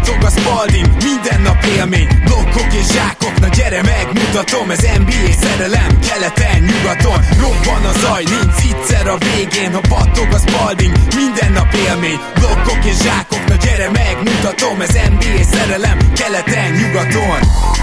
battog a Spalding, minden nap élmény, blokkok és zsákok, na gyere megmutatom, ez NBA szerelem, keleten, nyugaton, robban a zaj, nincs egyszer a végén, ha battog a Spalding, minden nap élmény, blokkok és zsákok, na gyere megmutatom, ez NBA szerelem, keleten, nyugaton.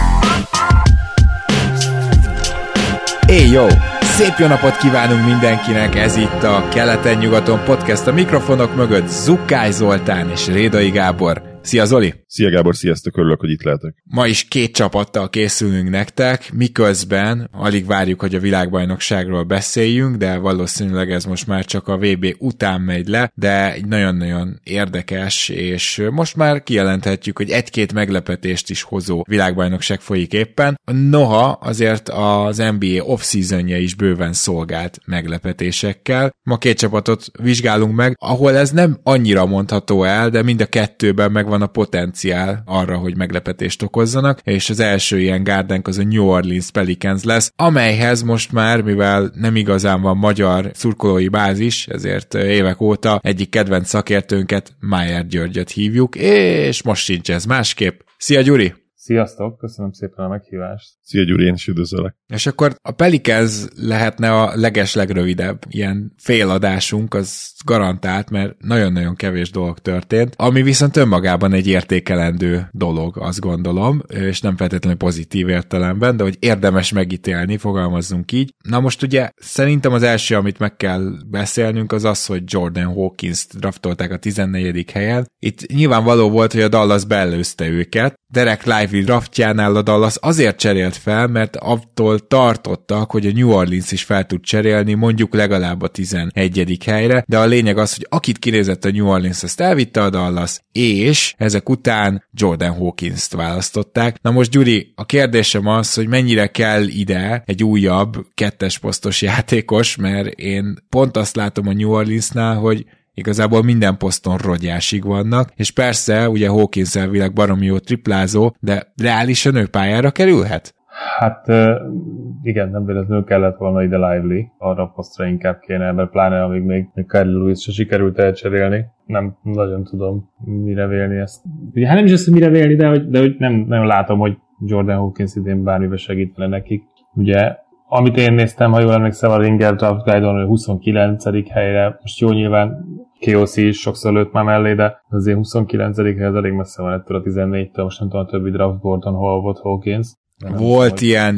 Jó! Szép jó napot kívánunk mindenkinek, ez itt a Keleten-nyugaton podcast, a mikrofonok mögött Zukály Zoltán és Rédai Gábor. Szia Zoli! Szia Gábor, sziasztok, örülök, hogy itt lehetek. Ma is 2 csapattal készülünk nektek, miközben alig várjuk, hogy a világbajnokságról beszéljünk, de valószínűleg ez most már csak a VB után megy le, de egy nagyon-nagyon érdekes, és most már kijelenthetjük, hogy 1-2 meglepetést is hozó világbajnokság folyik éppen. Noha azért az NBA off-seasonja is bőven szolgált meglepetésekkel. Ma 2 csapatot vizsgálunk meg, ahol ez nem annyira mondható el, de mind a 2-ben megvan a potenciál arra, hogy meglepetést okozzanak, és az első ilyen gárdánk az a New Orleans Pelicans lesz, amelyhez most már, mivel nem igazán van magyar szurkolói bázis, ezért évek óta egyik kedvenc szakértőnket, Májer Györgyöt hívjuk, és most sincs ez másképp. Szia Gyuri! Sziasztok, köszönöm szépen a meghívást. Szia Gyuri, én is üdvözöllek. És akkor a Pelicans lehetne a legeslegrövidebb ilyen féladásunk, az garantált, mert nagyon-nagyon kevés dolog történt, ami viszont önmagában egy értékelendő dolog, azt gondolom, és nem feltétlenül pozitív értelemben, de hogy érdemes megítélni, fogalmazzunk így. Na most ugye szerintem az első, amit meg kell beszélnünk, az az, hogy Jordan Hawkins-t draftolták a 14. helyen. Itt nyilvánvaló volt, hogy a Dallas beelőzte őket. Derek Lively draftjánál a Dallas azért cserélt fel, mert attól tartottak, hogy a New Orleans is fel tud cserélni, mondjuk legalább a 11. helyre, de a lényeg az, hogy akit kinézett a New Orleans, azt elvitte a Dallas, és ezek után Jordan Hawkins-t választották. Na most Gyuri, a kérdésem az, hogy mennyire kell ide egy újabb 2-es posztos játékos, mert én pont azt látom a New Orleansnál, hogy igazából minden poszton rogyásig vannak, és persze, ugye Hawkins elvileg baromi jó triplázó, de reálisan ő pályára kerülhet? Hát igen, nem véletlenül kellett volna ide Lively, arra a posztra inkább kéne, mert pláne amíg még Kyle Lewis se sikerült elcserélni. Nem nagyon tudom mire vélni ezt. Ugye, hát nem is azt, hogy mire vélni, de hogy nem nagyon látom, hogy Jordan Hawkins idén bármibe segítene nekik. Ugye, amit én néztem, ha jól emlékszem, a Ringer Draft Guide-on, hogy 29. helyre, most jó nyilván KOC is sokszor lőtt már mellé, de azért 29. hely az elég messze van ettől a 14-től, most nem tudom a többi draftboardon hol volt Hawkins. Volt ilyen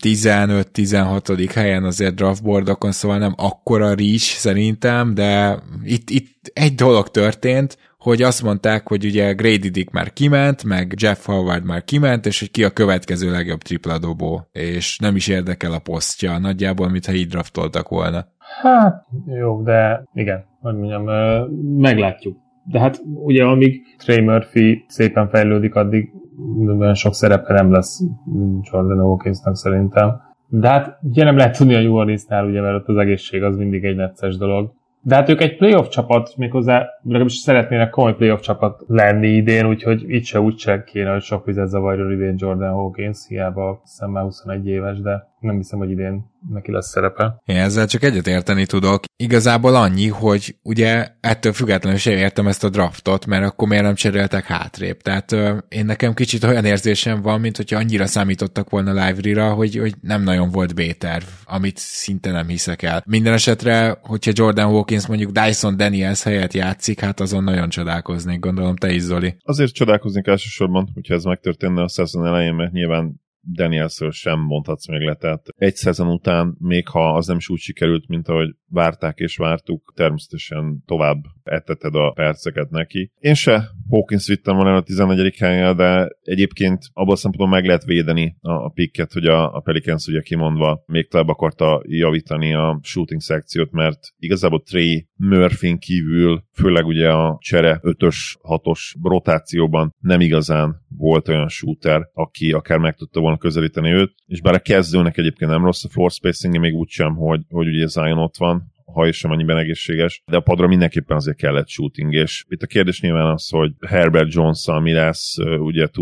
15-16. helyen azért draftboardokon, szóval nem akkora reach szerintem, de itt egy dolog történt, hogy azt mondták, hogy ugye Grady Dick már kiment, meg Jeff Howard már kiment, és hogy ki a következő legjobb tripladobó, és nem is érdekel a posztja, nagyjából, mintha így draftoltak volna. Hát, jó, de igen, hogy mondjam, meglátjuk. De hát ugye amíg Trey Murphy szépen fejlődik, addig nagyon sok szerepe nem lesz Jordan Hawkinsnak szerintem. De hát ugye nem lehet tudni a New Orleansnál, ugye, mert ott az egészség az mindig egy necces dolog. De hát ők egy playoff csapat, méghozzá legalábbis szeretnének komoly playoff csapat lenni idén, úgyhogy itt se úgy se kéne, hogy sok vizet zavarjon idén Jordan Hawkins, hiába hiszem már 21 éves, de nem hiszem, hogy idén neki lesz szerepe. Én ezzel csak egyet érteni tudok. Igazából annyi, hogy ugye ettől függetlenül sem értem ezt a draftot, mert akkor miért nem cseréltek hátrébb. Tehát én nekem kicsit olyan érzésem van, mint hogyha annyira számítottak volna Lively-ra, hogy nem nagyon volt B-terv, amit szinte nem hiszek el. Minden esetre, hogyha Jordan Hawkins mondjuk Dyson Daniels helyett játszik, hát azon nagyon csodálkoznék, gondolom te is, Zoli. Azért csodálkoznék elsősorban, hogyha ez megtörténne a szezon elején, mert nyilván Danielsről sem mondhatsz még le, tehát egy szezon után, még ha az nem is úgy sikerült, mint ahogy várták és vártuk, természetesen tovább etteted a perceket neki. Én se Hawkins vittem volna a 14. helyen, de egyébként abban a szempontból meg lehet védeni a picket, hogy a Pelicans ugye kimondva még tovább akarta javítani a shooting szekciót, mert igazából Trey Murphyn kívül, főleg ugye a csere 5-ös, 6-os rotációban nem igazán volt olyan shooter, aki akár meg tudta volna közelíteni őt, és bár a kezdőnek egyébként nem rossz a floor spacing, még úgy sem, hogy ugye Zion ott van, ha is sem annyiben egészséges, de a padra mindenképpen azért kellett shooting, és itt a kérdés nyilván az, hogy Herbert Jones-szal mi lesz, ugye tud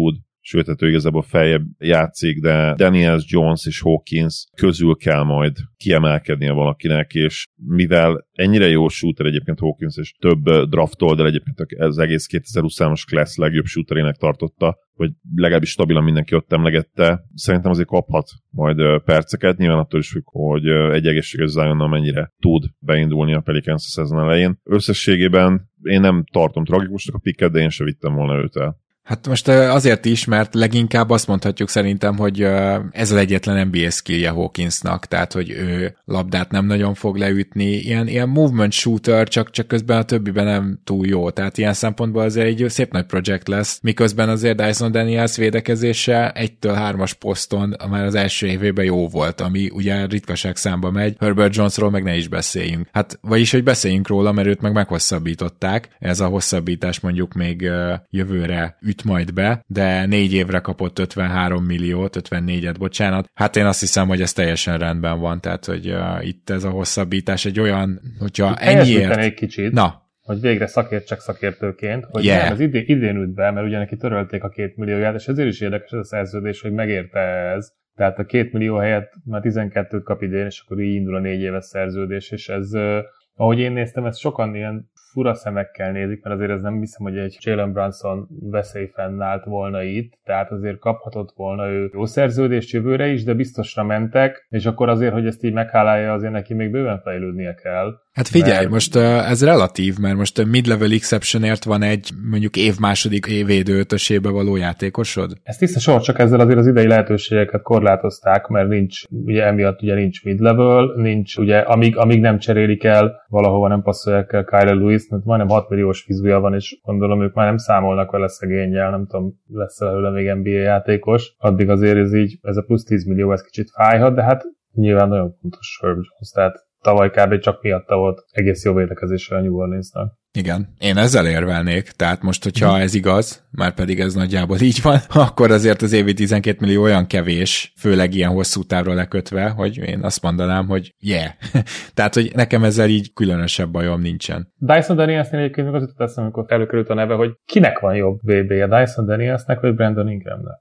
sőt, ő igazából feljebb játszik, de Daniels, Jones és Hawkins közül kell majd kiemelkednie valakinek, és mivel ennyire jó shooter egyébként Hawkins, és több draftol, de egyébként az egész 2023-as class legjobb shooterének tartotta, vagy legalábbis stabilan mindenki ott emlegette, szerintem azért kaphat majd perceket, nyilván attól is függ, hogy egy egészséges Zionnal mennyire tud beindulni a Pelicans a szezon elején. Összességében én nem tartom tragikusnak a picket, de én sem vittem volna őt el. Hát most azért is, mert leginkább azt mondhatjuk szerintem, hogy ez az egyetlen NBA skillje Hawkinsnak, tehát hogy ő labdát nem nagyon fog leütni, ilyen movement shooter, csak közben a többiben nem túl jó, tehát ilyen szempontból azért egy szép nagy projekt lesz, miközben azért Dyson Daniels védekezése 1-3-as poszton már az első évében jó volt, ami ugye ritkaság számba megy, Herbert Jonesról meg ne is beszéljünk. Hát, vagyis, hogy beszéljünk róla, mert őt meg meghosszabbították, ez a hosszabbítás mondjuk még jövőre üt majd be, de 4 évre kapott 53 milliót, 54-et, bocsánat. Hát én azt hiszem, hogy ez teljesen rendben van, tehát, hogy itt ez a hosszabbítás egy olyan, hogyha ennyiért... egy kicsit. Na. Hogy végre szakértsek szakértőként, hogy nem, ez idén üt be, mert ugye neki törölték a 2 millióját, és ezért is érdekes ez a szerződés, hogy megérte ez. Tehát a 2 millió helyett már 12-t kap idén, és akkor így indul a 4 éves szerződés, és ez, ahogy én néztem, ez sokan ilyen fura szemekkel nézik, mert azért ez nem hiszem, hogy egy Jalen Brunson veszély fennállt volna itt, tehát azért kaphatott volna ő jó szerződést jövőre is, de biztosra mentek, és akkor azért, hogy ezt így meghálálja, azért neki még bőven fejlődnie kell. Hát figyelj, most ez relatív, mert most mid-level exceptionért van egy mondjuk év második védő ötösébe való játékosod? Ez tiszta sor, csak ezzel azért az idei lehetőségeket korlátozták, mert nincs, ugye emiatt ugye nincs mid-level, nincs ugye, amíg nem cserélik el, valahova nem passzolják el Kyle Lewis, mert majdnem 6 milliós fizúja van, és gondolom ők már nem számolnak vele szegénnyel, nem tudom, lesz belőle még NBA játékos, addig azért ez a plusz 10 millió, ez kicsit fájhat, de hát nyilván nagyon fontos Herb Jones, tehát tavaly kb. Csak miatta volt egész jó védekezésre a New Orleansnak. Igen, én ezzel érvelnék, tehát most, hogyha ez igaz, már pedig ez nagyjából így van, akkor azért az évi 12 millió olyan kevés, főleg ilyen hosszú távra lekötve, hogy én azt mondanám, hogy tehát, hogy nekem ezzel így különösebb bajom nincsen. Dyson Danielsnél egyébként meg az jutott eszem, amikor előkerült a neve, hogy kinek van jobb VB-je, Dyson Danielsnek vagy Brandon Ingramnek?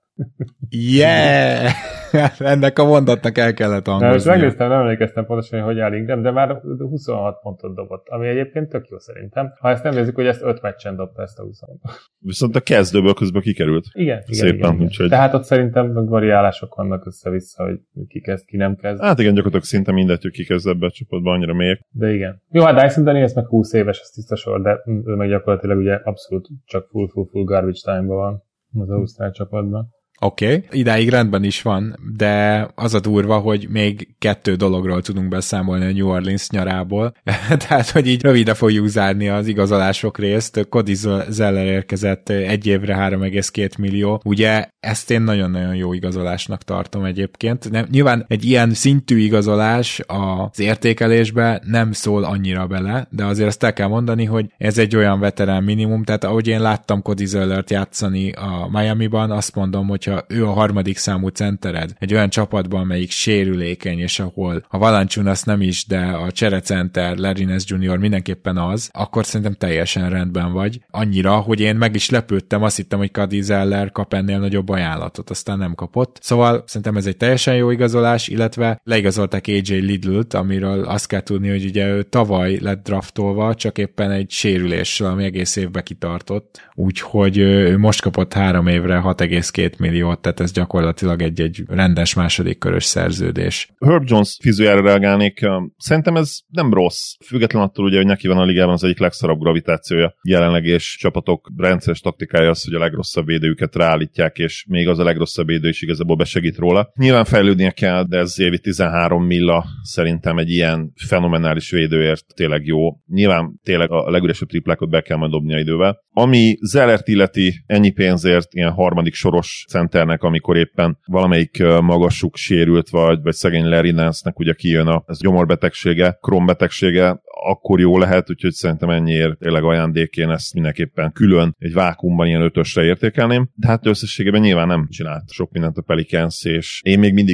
Ennek a mondatnak el kellett hangoznia. Most megnéztem, nem emlékeztem pontosan, hogy áll Ingram, de már 26 pontot dobott, ami egyébként tök jó szerintem. Ha ezt nem nézzük, hogy ezt 5 meccsen dobta ezt a 26. Viszont a kezdőből közben kikerült. Igen. Úgyhogy... Tehát ott szerintem meg variálások vannak össze-vissza, hogy ki kezd, ki nem kezd. Hát igen, gyakorlatilag szinte mindegy, hogy ki kezd ebbe a csapatban, annyira mélyek. De igen. Jó, hát Dyson Daniels meg 20 éves, ez tiszta sor, de ő meg gyakorlatilag ugye abszolút csak full garbage time-ban van az Ausztrál csapatban. Oké, idáig rendben is van, de az a durva, hogy még 2 dologról tudunk beszámolni a New Orleans nyarából. Tehát, hogy így rövide fogjuk zárni az igazolások részt. Cody Zeller érkezett 1 évre 3,2 millió. Ugye ezt én nagyon-nagyon jó igazolásnak tartom egyébként. Nyilván egy ilyen szintű igazolás az értékelésbe nem szól annyira bele, de azért azt el kell mondani, hogy ez egy olyan veterán minimum, tehát ahogy én láttam Cody Zellert játszani a Miamiban, azt mondom, hogy ő a 3. számú centered egy olyan csapatban, amelyik sérülékeny, és ahol a Valanciunas nem is, de a cserecenter, Larry Nance Jr. mindenképpen az, akkor szerintem teljesen rendben vagy. Annyira, hogy én meg is lepődtem, azt hittem, hogy Cody Zeller kap ennél nagyobb ajánlatot, aztán nem kapott. Szóval szerintem ez egy teljesen jó igazolás, illetve leigazolták AJ Lidl-t, amiről azt kell tudni, hogy ugye ő tavaly lett draftolva, csak éppen egy sérüléssel, ami egész évbe kitartott. Úgyhogy ő most kapott 3 évre 6,2 milliót, tehát ez gyakorlatilag egy rendes második körös szerződés. Herb Jones fizujára reagálnék. Szerintem ez nem rossz. Független attól ugye, hogy neki van a ligában az egyik legszarabb gravitációja jelenleg, és csapatok rendszeres taktikája az, hogy a legrosszabb védőjüket ráállítják, és még az a legrosszabb védő is igazából besegít róla. Nyilván fejlődnie kell, de ez évi 13 milla szerintem egy ilyen fenomenális védőért tényleg jó. Nyilván tényleg a legüresebb triplákat be kell majd dobnia idővel. Ami Zellert illeti, ennyi pénzért ilyen 3. soros centernek, amikor éppen valamelyik magasuk sérült, vagy szegény Larry Nance-nek ugye kijön ez gyomorbetegsége, Crohn-betegsége, akkor jó lehet, úgyhogy szerintem ennyiért tényleg ajándékén ezt mindenképpen külön egy vákuumban ilyen 5-ösre értékelném, de hát összességében nyilván nem csinált sok mindent a Pelicans, és én még mindig nem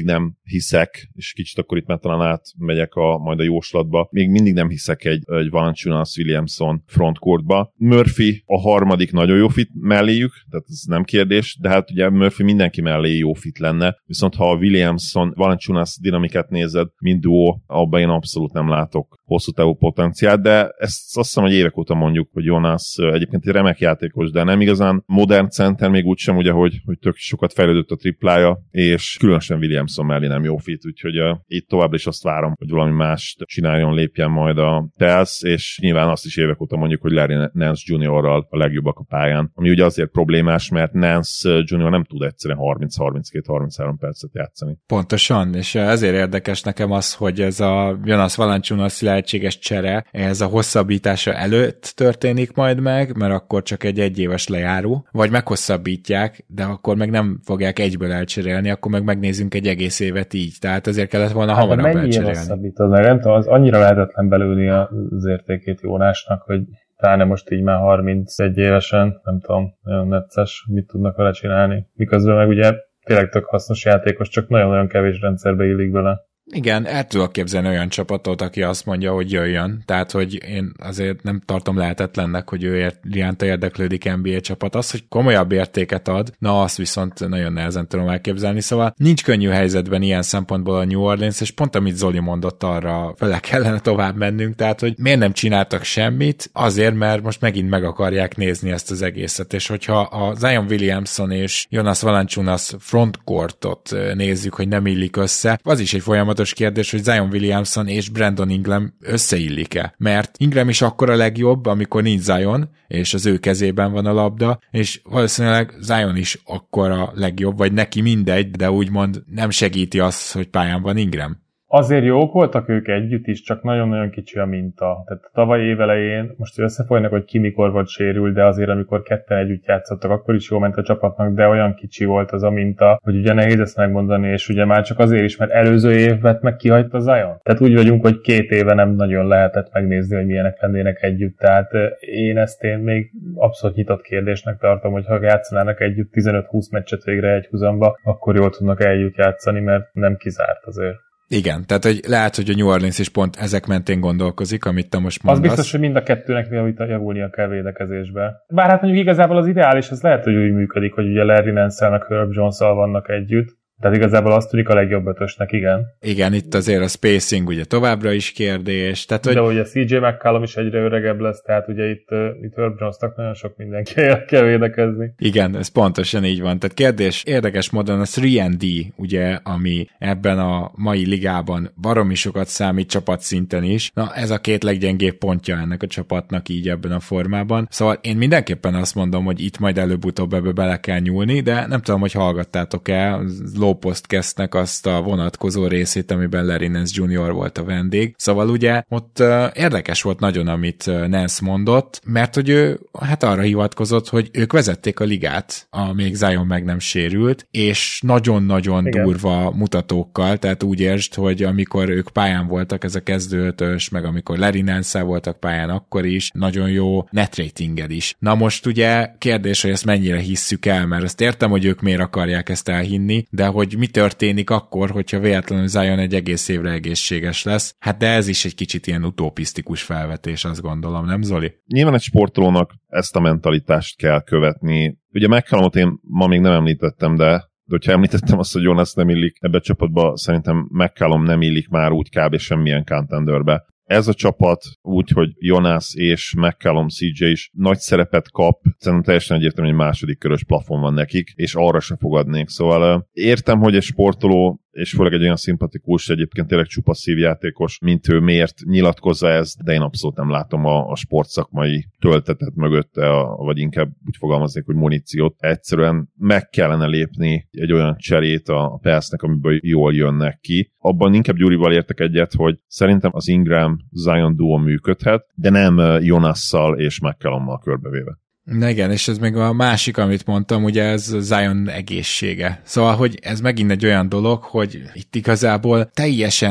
hiszek, és kicsit akkor itt már talán átmegyek majd a jóslatba, még mindig nem hiszek egy Valanciunas-Williamson frontcourtba. Murphy a harmadik nagyon jó fit melléjük, tehát ez nem kérdés, de hát ugye Murphy mindenki mellé jó fit lenne, viszont ha a Williamson-Valanciunas dinamikát nézed, mint duó, abban én abszolút nem látok hosszú távú potenciált, de ezt azt hiszem, hogy évek óta mondjuk, hogy Jonas egyébként egy remek játékos, de nem igazán modern center, még úgysem ugye, hogy tök sokat fejlődött a triplája, és különösen Williamson mellé nem jó fit, úgyhogy itt tovább is azt várom, hogy valami mást csináljon, lépjen majd a Pels, és nyilván azt is évek óta mondjuk, hogy Larry Nance Juniorral a legjobbak a pályán, ami ugye azért problémás, mert Nance Junior nem tud egyszerűen 30-32-33 percet játszani. Pontosan, és ezért érdekes nekem az, hogy ez a Jonas Valanciunas lehetséges csere, ez a hosszabbítása előtt történik majd meg, mert akkor csak egy egyéves lejáró, vagy meghosszabbítják, de akkor meg nem fogják egyből elcserélni, akkor meg megnézzünk egy egész évet így, tehát ezért kellett volna hamarabb elcserélni. Mennyire hosszabbítod, mert nem tudom, az annyira lehetetlen belőni az értékét Jónásnak, hogy pláne most így már 31 évesen, nem tudom, nagyon necces, mit tudnak vele csinálni. Miközben meg ugye tényleg tök hasznos játékos, csak nagyon-nagyon kevés rendszerbe illik bele. Igen, el tudok képzelni olyan csapatot, aki azt mondja, hogy jöjjön. Tehát, hogy én azért nem tartom lehetetlennek, hogy ő iránta érdeklődik NBA csapat. Az, hogy komolyabb értéket ad, na azt viszont nagyon nehezen tudom elképzelni. Szóval nincs könnyű helyzetben ilyen szempontból a New Orleans, és pont amit Zoli mondott, arra vele kellene tovább mennünk. Tehát, hogy miért nem csináltak semmit? Azért, mert most megint meg akarják nézni ezt az egészet. És hogyha a Zion Williamson és Jonas Valanciunas frontcourtot nézzük, hogy nem illik össze, az is egy folyamat kérdés, hogy Zion Williamson és Brandon Ingram összeillik-e. Mert Ingram is akkor a legjobb, amikor nincs Zion, és az ő kezében van a labda, és valószínűleg Zion is akkor a legjobb, vagy neki mindegy, de úgymond nem segíti azt, hogy pályán van Ingram. Azért jók voltak ők együtt is, csak nagyon-nagyon kicsi a minta. Tehát a tavaly évelején, most összefolynak, hogy ki mikor volt sérül, de azért amikor ketten együtt játszottak, akkor is jól ment a csapatnak, de olyan kicsi volt az a minta, hogy ugye nehéz ezt megmondani, és ugye már csak azért is, mert előző évben meg kihagyta Zion. Tehát úgy vagyunk, hogy 2 éve nem nagyon lehetett megnézni, hogy milyenek lennének együtt. Tehát én még abszolút nyitott kérdésnek tartom, hogy ha játszanának együtt 15-20 meccset végre egy húzamba, akkor jól tudnak együtt játszani, mert nem kizárt azért. Igen, tehát hogy lehet, hogy a New Orleans is pont ezek mentén gondolkozik, amit te most mondasz. Az biztos, hogy mind a kettőnek javulnia kell védekezésbe. Bár hát mondjuk igazából az ideális, az lehet, hogy úgy működik, hogy ugye Larry Nance-el meg Herb Jones-al vannak együtt. Tehát igazából azt tűnik a legjobb ötösnek, igen. Igen, itt azért a spacing ugye továbbra is kérdés. Tehát, de ugye CJ McCollum is egyre öregebb lesz, tehát ugye itt Herb Jonesnak nagyon sok mindenki kell védekezni. Igen, ez pontosan így van. Tehát kérdés, érdekes módon a 3&D, ugye, ami ebben a mai ligában baromi sokat számít csapatszinten is. Na, ez a 2 leggyengébb pontja ennek a csapatnak így ebben a formában. Szóval én mindenképpen azt mondom, hogy itt majd előbb-utóbb ebbe bele kell nyúlni, de nem tudom, hogy hallgattátok-e Low Postcastnek azt a vonatkozó részét, amiben Larry Nance Jr. volt a vendég. Szóval ugye ott érdekes volt nagyon, amit Nance mondott, mert hogy ő hát arra hivatkozott, hogy ők vezették a ligát, még Zion meg nem sérült, és nagyon-nagyon durva mutatókkal, tehát úgy értsd, hogy amikor ők pályán voltak, ez a kezdőötös, meg amikor Larry Nance-szel voltak pályán, akkor is nagyon jó net ratinged is. Na most ugye kérdés, hogy ezt mennyire hisszük el, mert azt értem, hogy ők miért akarják ezt elhinni, de hogy mi történik akkor, hogyha véletlenül Zion egy egész évre egészséges lesz. Hát de ez is egy kicsit ilyen utopisztikus felvetés, azt gondolom, nem Zoli? Nyilván egy sportolónak ezt a mentalitást kell követni. Ugye McCollumot én ma még nem említettem, de hogyha említettem azt, hogy Jonas nem illik ebbe a csapatba, szerintem McCollum nem illik már úgy kb. Semmilyen contenderbe. Ez a csapat úgy, hogy Jonas és McCollum CJ is nagy szerepet kap, szerintem teljesen egyértelmű, hogy második körös plafon van nekik, és arra se fogadnék. Szóval értem, hogy egy sportoló, és főleg egy olyan szimpatikus, egyébként tényleg csupa szívjátékos, mint ő miért nyilatkozza ezt, de én abszolút nem látom a sportszakmai töltetet mögötte, vagy inkább úgy fogalmaznék, hogy muníciót. Egyszerűen meg kellene lépni egy olyan cserét a Pelsnek, amiből jól jönnek ki. Abban inkább Gyurival értek egyet, hogy szerintem az Ingram-Zion duo működhet, de nem Jonasszal és McCollummal körbevéve. Na igen, és ez még a másik, amit mondtam, ugye ez Zion egészsége. Szóval, hogy ez megint egy olyan dolog, hogy itt igazából teljesen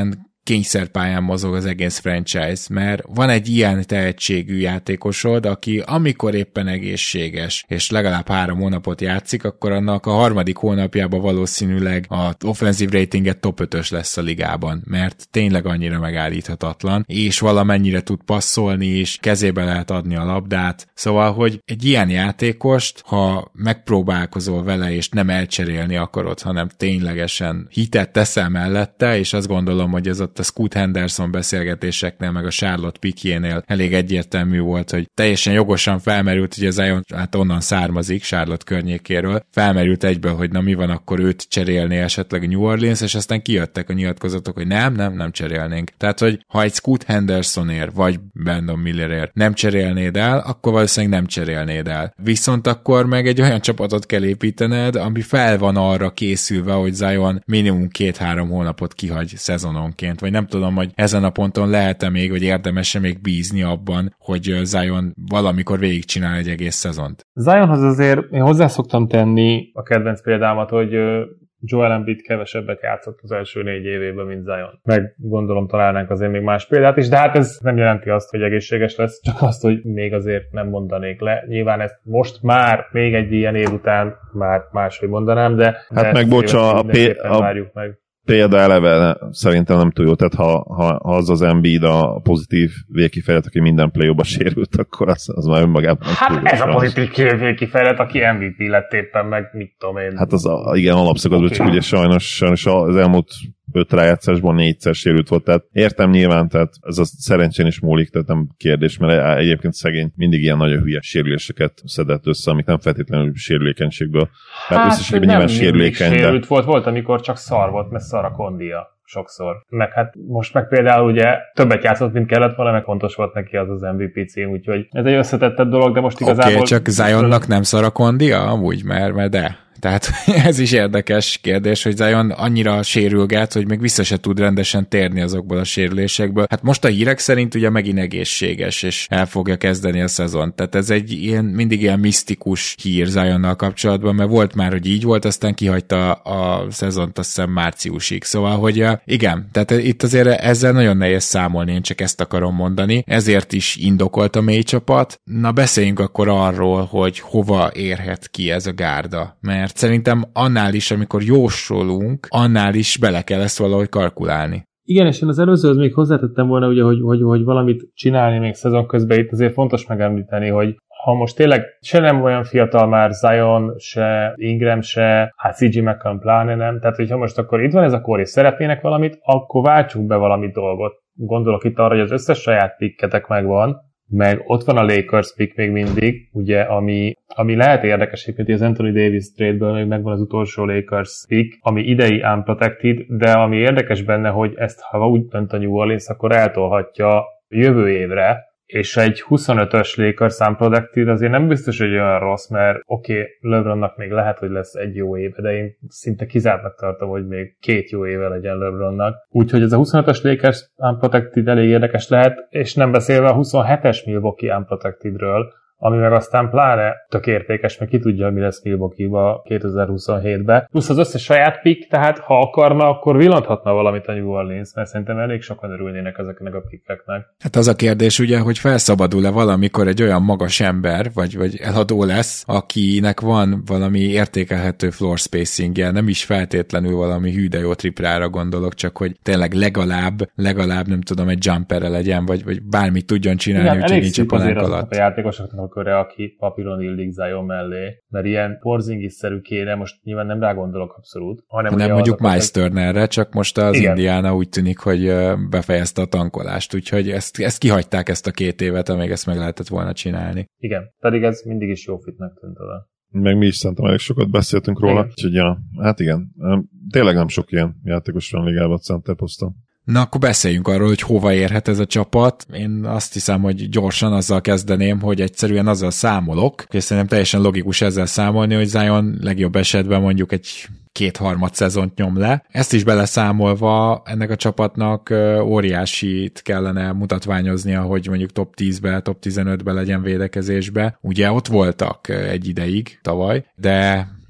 kényszerpályán mozog az egész franchise, mert van egy ilyen tehetségű játékosod, aki amikor éppen egészséges, és legalább 3 hónapot játszik, akkor annak a 3. hónapjában valószínűleg a offensive ratinget top 5-ös lesz a ligában, mert tényleg annyira megállíthatatlan, és valamennyire tud passzolni, és kezébe lehet adni a labdát. Szóval, hogy egy ilyen játékost, ha megpróbálkozol vele, és nem elcserélni akarod, hanem ténylegesen hitet teszel mellette, és azt gondolom, hogy ez ott a Scoot Henderson beszélgetéseknél, meg a Charlotte pickjénél elég egyértelmű volt, hogy teljesen jogosan felmerült, hogy az Zion hát onnan származik, Charlotte környékéről, felmerült egyből, hogy na mi van, akkor őt cserélni esetleg New Orleans, és aztán kijöttek a nyilatkozatok, hogy nem cserélnénk. Tehát, hogy ha egy Scoot Hendersonért, vagy Brandon Millerért nem cserélnéd el, akkor valószínűleg nem cserélnéd el. Viszont akkor meg egy olyan csapatot kell építened, ami fel van arra készülve, hogy Zion minimum 2-3 hónapot kihagy szezononként, vagy nem tudom, hogy ezen a ponton lehet-e még, vagy érdemes-e még bízni abban, hogy Zion valamikor végigcsinál egy egész szezont. Zionhoz azért én hozzá szoktam tenni a kedvenc példámat, hogy Joel Embiid kevesebbet játszott az első 4 évében, mint Zion. Meg gondolom találnánk azért még más példát is, de hát ez nem jelenti azt, hogy egészséges lesz, csak azt, hogy még azért nem mondanék le. Nyilván ezt most már még egy ilyen év után már máshogy mondanám, de hát meg bocsa, várjuk meg. Példa eleve szerintem nem túl jó, tehát ha az az Embiid a pozitív végkifejlet, aki minden play-óba sérült, akkor az már önmagában hát ez a pozitív végkifejlet, aki MVP lett éppen, meg mit tudom én. Hát az igen, alapszakaszban csak ugye sajnos az elmúlt 5 rájátszásban 4-szer sérült volt, tehát értem nyilván, tehát ez a szerencsén is múlik, tehát nem kérdés, mert egyébként szegény mindig ilyen nagyon hülye sérüléseket szedett össze, amik nem feltétlenül sérülékenységből. Hát összességében nyilván sérülékeny, sérült volt, amikor csak szar volt, mert szar a kondia sokszor. Meg hát most meg például ugye többet játszott, mint kellett volna, meg fontos volt neki az MVP cím, úgyhogy ez egy összetettebb dolog, de most igazából... Oké, csak Zionnak nem szar a kondia? Amúgy, mert de... Tehát ez is érdekes kérdés, hogy Zion annyira sérülget, hogy még vissza se tud rendesen térni azokból a sérülésekből. Hát most a hírek szerint ugye megint egészséges, és el fogja kezdeni a szezon. Tehát ez egy ilyen, mindig ilyen misztikus hír Zionnal kapcsolatban, mert volt már, hogy így volt, aztán kihagyta a szezont azt hiszem márciusig. Szóval, hogy igen, tehát itt azért ezzel nagyon nehéz számolni, én csak ezt akarom mondani. Ezért is indokolt a mély csapat. Na beszéljünk akkor arról, hogy hova érhet ki ez a gárda, mert szerintem annál is, amikor jósolunk, annál is bele kell ezt valahogy kalkulálni. Igen, és én az előzőhöz még hozzátettem volna, ugye, hogy valamit csinálni még szezon közben, itt azért fontos megemlíteni, hogy ha most tényleg se nem olyan fiatal már Zion, se Ingram, se hát CJ McCollum pláne nem, tehát hogyha most akkor itt van ez a kor, és szeretnének valamit, akkor váltsunk be valami dolgot. Gondolok itt arra, hogy az összes saját pikketek megvan, meg ott van a Lakers pick még mindig, ugye, ami lehet érdekes, hogy az Anthony Davis trade-ből még megvan az utolsó Lakers pick, ami idei unprotected, de ami érdekes benne, hogy ezt ha úgy dönt a New Orleans, akkor eltolhatja jövő évre, és egy 25-ös Lakers unprotected azért nem biztos, hogy olyan rossz, mert oké, LeBronnak még lehet, hogy lesz egy jó éve, de én szinte kizártnak tartom, hogy még 2 jó éve legyen LeBronnak. Úgyhogy ez a 25-ös Lakers unprotected elég érdekes lehet, és nem beszélve a 27-es Milwaukee unprotectedről, ami meg aztán pláne tök értékes, meg ki tudja, mi lesz Milwaukee-ba 2027-ben. Plusz az összes saját pick, tehát ha akarna, akkor villanthatna valamit a New Orleans, mert szerintem elég sokan örülnének ezeknek a pickeknek. Hát az a kérdés ugye, hogy felszabadul-e valamikor egy olyan magas ember, vagy eladó lesz, akinek van valami értékelhető floor spacingje, nem is feltétlenül valami hű de jó triplára gondolok, csak hogy tényleg legalább nem tudom, egy jumperre legyen, vagy bármit tudjon csinálni, úgyhogy nincs a palánk alatt. A játékosoknak körre, aki papíron illik Zion mellé, mert ilyen Porzingis-szerű kéne, most nyilván nem rá gondolok abszolút. Nem mondjuk Miles Turnerre, csak most az Indiana úgy tűnik, hogy befejezte a tankolást, úgyhogy ezt kihagyták ezt a 2 évet, amíg ezt meg lehetett volna csinálni. Igen, pedig ez mindig is jó fitnek tűnt oda. Meg mi is szerintem elég sokat beszéltünk róla, úgyhogy ja, hát igen, tényleg nem sok ilyen játékos van ligában center poszton. Na, akkor beszéljünk arról, hogy hova érhet ez a csapat. Én azt hiszem, hogy gyorsan azzal kezdeném, hogy egyszerűen azzal számolok, és szerintem teljesen logikus ezzel számolni, hogy Zion legjobb esetben mondjuk egy 2/3 szezont nyom le. Ezt is beleszámolva ennek a csapatnak óriásit kellene mutatványoznia, hogy mondjuk top 10-be, top 15-be legyen védekezésbe. Ugye ott voltak egy ideig tavaly, de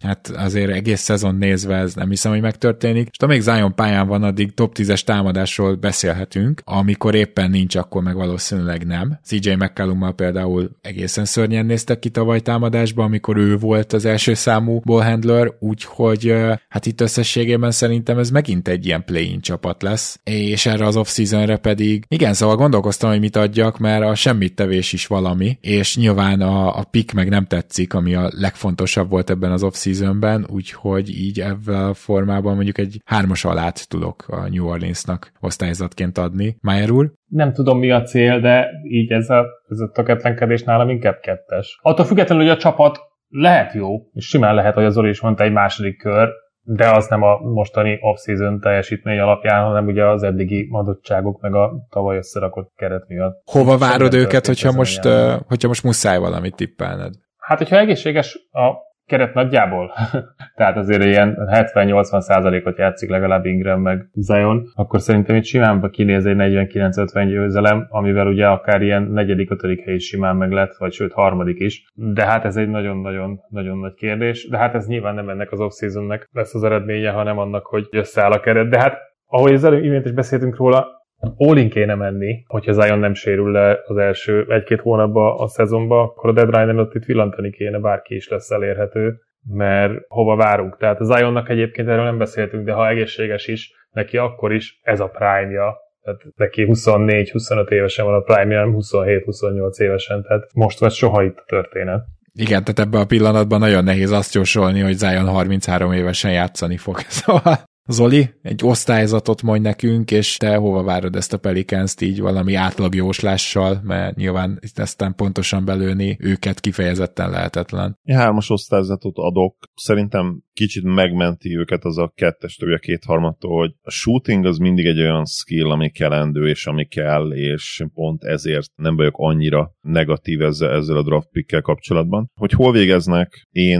hát azért egész szezon nézve ez nem hiszem, hogy megtörténik. És amíg Zion pályán van, addig top 10-es támadásról beszélhetünk, amikor éppen nincs, akkor meg valószínűleg nem. CJ McCallummal például egészen szörnyen néztek ki tavaly támadásban, amikor ő volt az első számú ballhandler, úgyhogy hát itt összességében szerintem ez megint egy ilyen play-in csapat lesz, és erre az off-seasonre pedig igen, szóval gondolkoztam, hogy mit adjak, mert a semmittevés is valami, és nyilván a pick meg nem tetszik, ami a legfontosabb volt ebben az off-seasonben, úgyhogy így ebben a formában mondjuk egy 3-as alát tudok a New Orleansnak osztályzatként adni. Mayer úr? Nem tudom, mi a cél, de így ez a tökéletlenkedés nálam inkább 2-es. Attól függetlenül, hogy a csapat lehet jó, és simán lehet, hogy az Zoli is mondta, egy második kör, de az nem a mostani off-season teljesítmény alapján, hanem ugye az eddigi adottságok, meg a tavaly összerakott keret miatt. Hova várod őket, hogyha most muszáj valamit tippelned? Hát, hogyha egészséges a keret nagyjából, tehát azért ilyen 70-80%-ot játszik legalább Ingram meg Zion, akkor szerintem itt simán kinéz egy 49-50 győzelem, amivel ugye akár ilyen 4.-5. hely is simán meg lett, vagy sőt 3. is. De hát ez egy nagyon-nagyon nagy kérdés. De hát ez nyilván nem ennek az off-seasonnek lesz az eredménye, hanem annak, hogy összeáll a keret. De hát, ahogy az imént is beszéltünk róla, all-in kéne menni, hogyha Zion nem sérül le az első 1-2 hónapban a szezonban, akkor a deadline-en ott itt villantani kéne, bárki is lesz elérhető, mert hova várunk. Tehát a Zionnak egyébként erről nem beszéltünk, de ha egészséges is, neki akkor is ez a prime-ja. Tehát neki 24-25 évesen van a prime-ja, nem 27-28 évesen, tehát most vagy soha itt a történet. Igen, tehát ebben a pillanatban nagyon nehéz azt jósolni, hogy Zion 33 évesen játszani fog. Szóval Zoli, egy osztályzatot mondj nekünk, és te hova várod ezt a Pelicans-t így valami átlagjóslással, mert nyilván aztán pontosan belőni őket kifejezetten lehetetlen. 3-as osztályzatot adok. Szerintem kicsit megmenti őket az a 2-estől, a 2/3-tól, hogy a shooting az mindig egy olyan skill, ami kelendő, és ami kell, és pont ezért nem vagyok annyira negatív ezzel a draft pickkel kapcsolatban. Hogy hol végeznek, én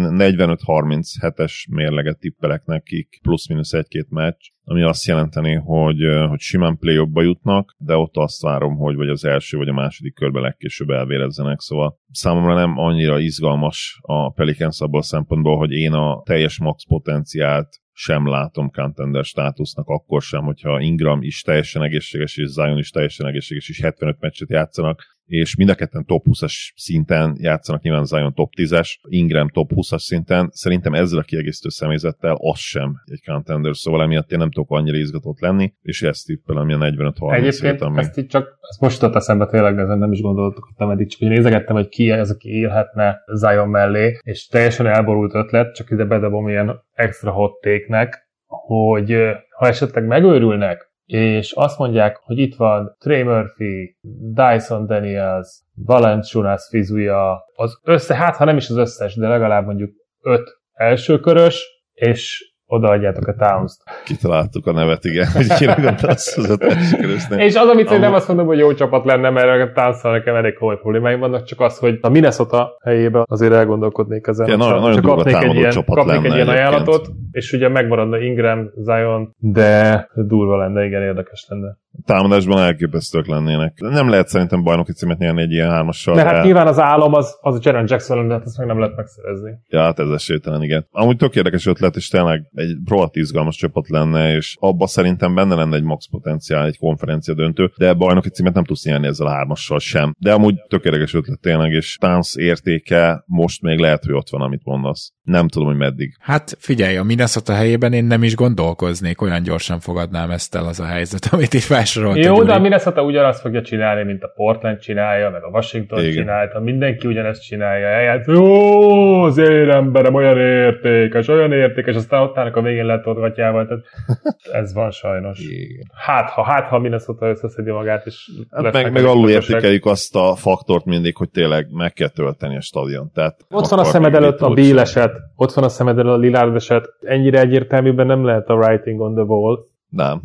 45-37-es mérleget tippelek nekik, plusz-minusz 1-2 meccs, ami azt jelenteni, hogy simán play-offba jutnak, de ott azt várom, hogy vagy az első, vagy a második körben legkésőbb elvérezzenek, szóval számomra nem annyira izgalmas a Pelicans abból a szempontból, hogy én a teljes max potenciált sem látom contender státusznak, akkor sem, hogyha Ingram is teljesen egészséges, és Zion is teljesen egészséges, és 75 meccset játszanak, és mind a ketten top 20-as szinten játszanak, nyilván Zion top 10-es, Ingram top 20-as szinten, szerintem ezzel a kiegészítő személyzettel az sem egy contender, szóval emiatt én nem tudok annyira izgatott lenni, és ezt tippelem a 45-37. Egyébként ezt így csak, ezt most jutott eszembe tényleg, ezen nem is gondoltam eddig, csak hogy nézegettem, hogy ki ez, aki élhetne Zion mellé, és teljesen elborult ötlet, csak ide bedobom ilyen extra hot take-nek, hogy ha esetleg megőrülnek, és azt mondják, hogy itt van Trey Murphy, Dyson Daniels, Valanciunas Fizuja, az hát ha nem is az összes, de legalább mondjuk 5 elsőkörös, és odaadjátok a Towns-t. Kitaláltuk a nevet, igen, hogy kire gondolsz az 5 elsőkörösnek. És az, amit nem azt mondom, hogy jó csapat lenne, mert a Towns-szal nekem elég komoly problémáim vannak, csak az, hogy a Minnesota helyében azért elgondolkodnék ezen. Ja, nagyon csak durva támadó csapat lenne. Kapnék egy ilyen ajánlatot, és ugye megmaradna Ingram, Zion, de durva lenne, igen, érdekes lenne. Támadásban elképesztők lennének. Nem lehet szerintem bajnoki címet nyerni egy ilyen 3-assal. De hát nyilván az álom az a Jaren Jackson lenne, de hát ezt meg nem lehet megszerezni. Ja, hát ez esélytelen, igen. Amúgy tök érdekes ötlet, és tényleg egy rohadt izgalmas csapat lenne, és abba szerintem benne lenne egy max potenciál, egy konferencia döntő, de bajnoki címet nem tudsz nyerni ezzel a 3-assal sem. De amúgy tök érdekes ötlet tényleg, és Towns értéke most még lehet, hogy ott van, amit mondasz. Nem tudom, hogy meddig. Hát figyelj, a Minnesota helyében én nem is gondolkoznék, olyan gyorsan fogadnám ezt el az a helyzet, amit itt felsorolt. Jó, de a Minnesota ugyanazt fogja csinálni, mint a Portland csinálja, meg a Washington csinálta, mindenki ugyanezt csinálja. Jó, az én emberem olyan értékes, aztán ott állnak a végén letolgatjával, tehát ez van sajnos. Igen. Hát ha a Minnesota összeszedi magát, és hát meg alul értékeljük azt a faktort mindig, hogy tényleg meg kell tölteni a stadion. Tehát ott van a szemed előtt a Beal eset, ott van a szemed előtt a Lillard eset, ennyire egyértelműben nem lehet a writing on the wall. Nem,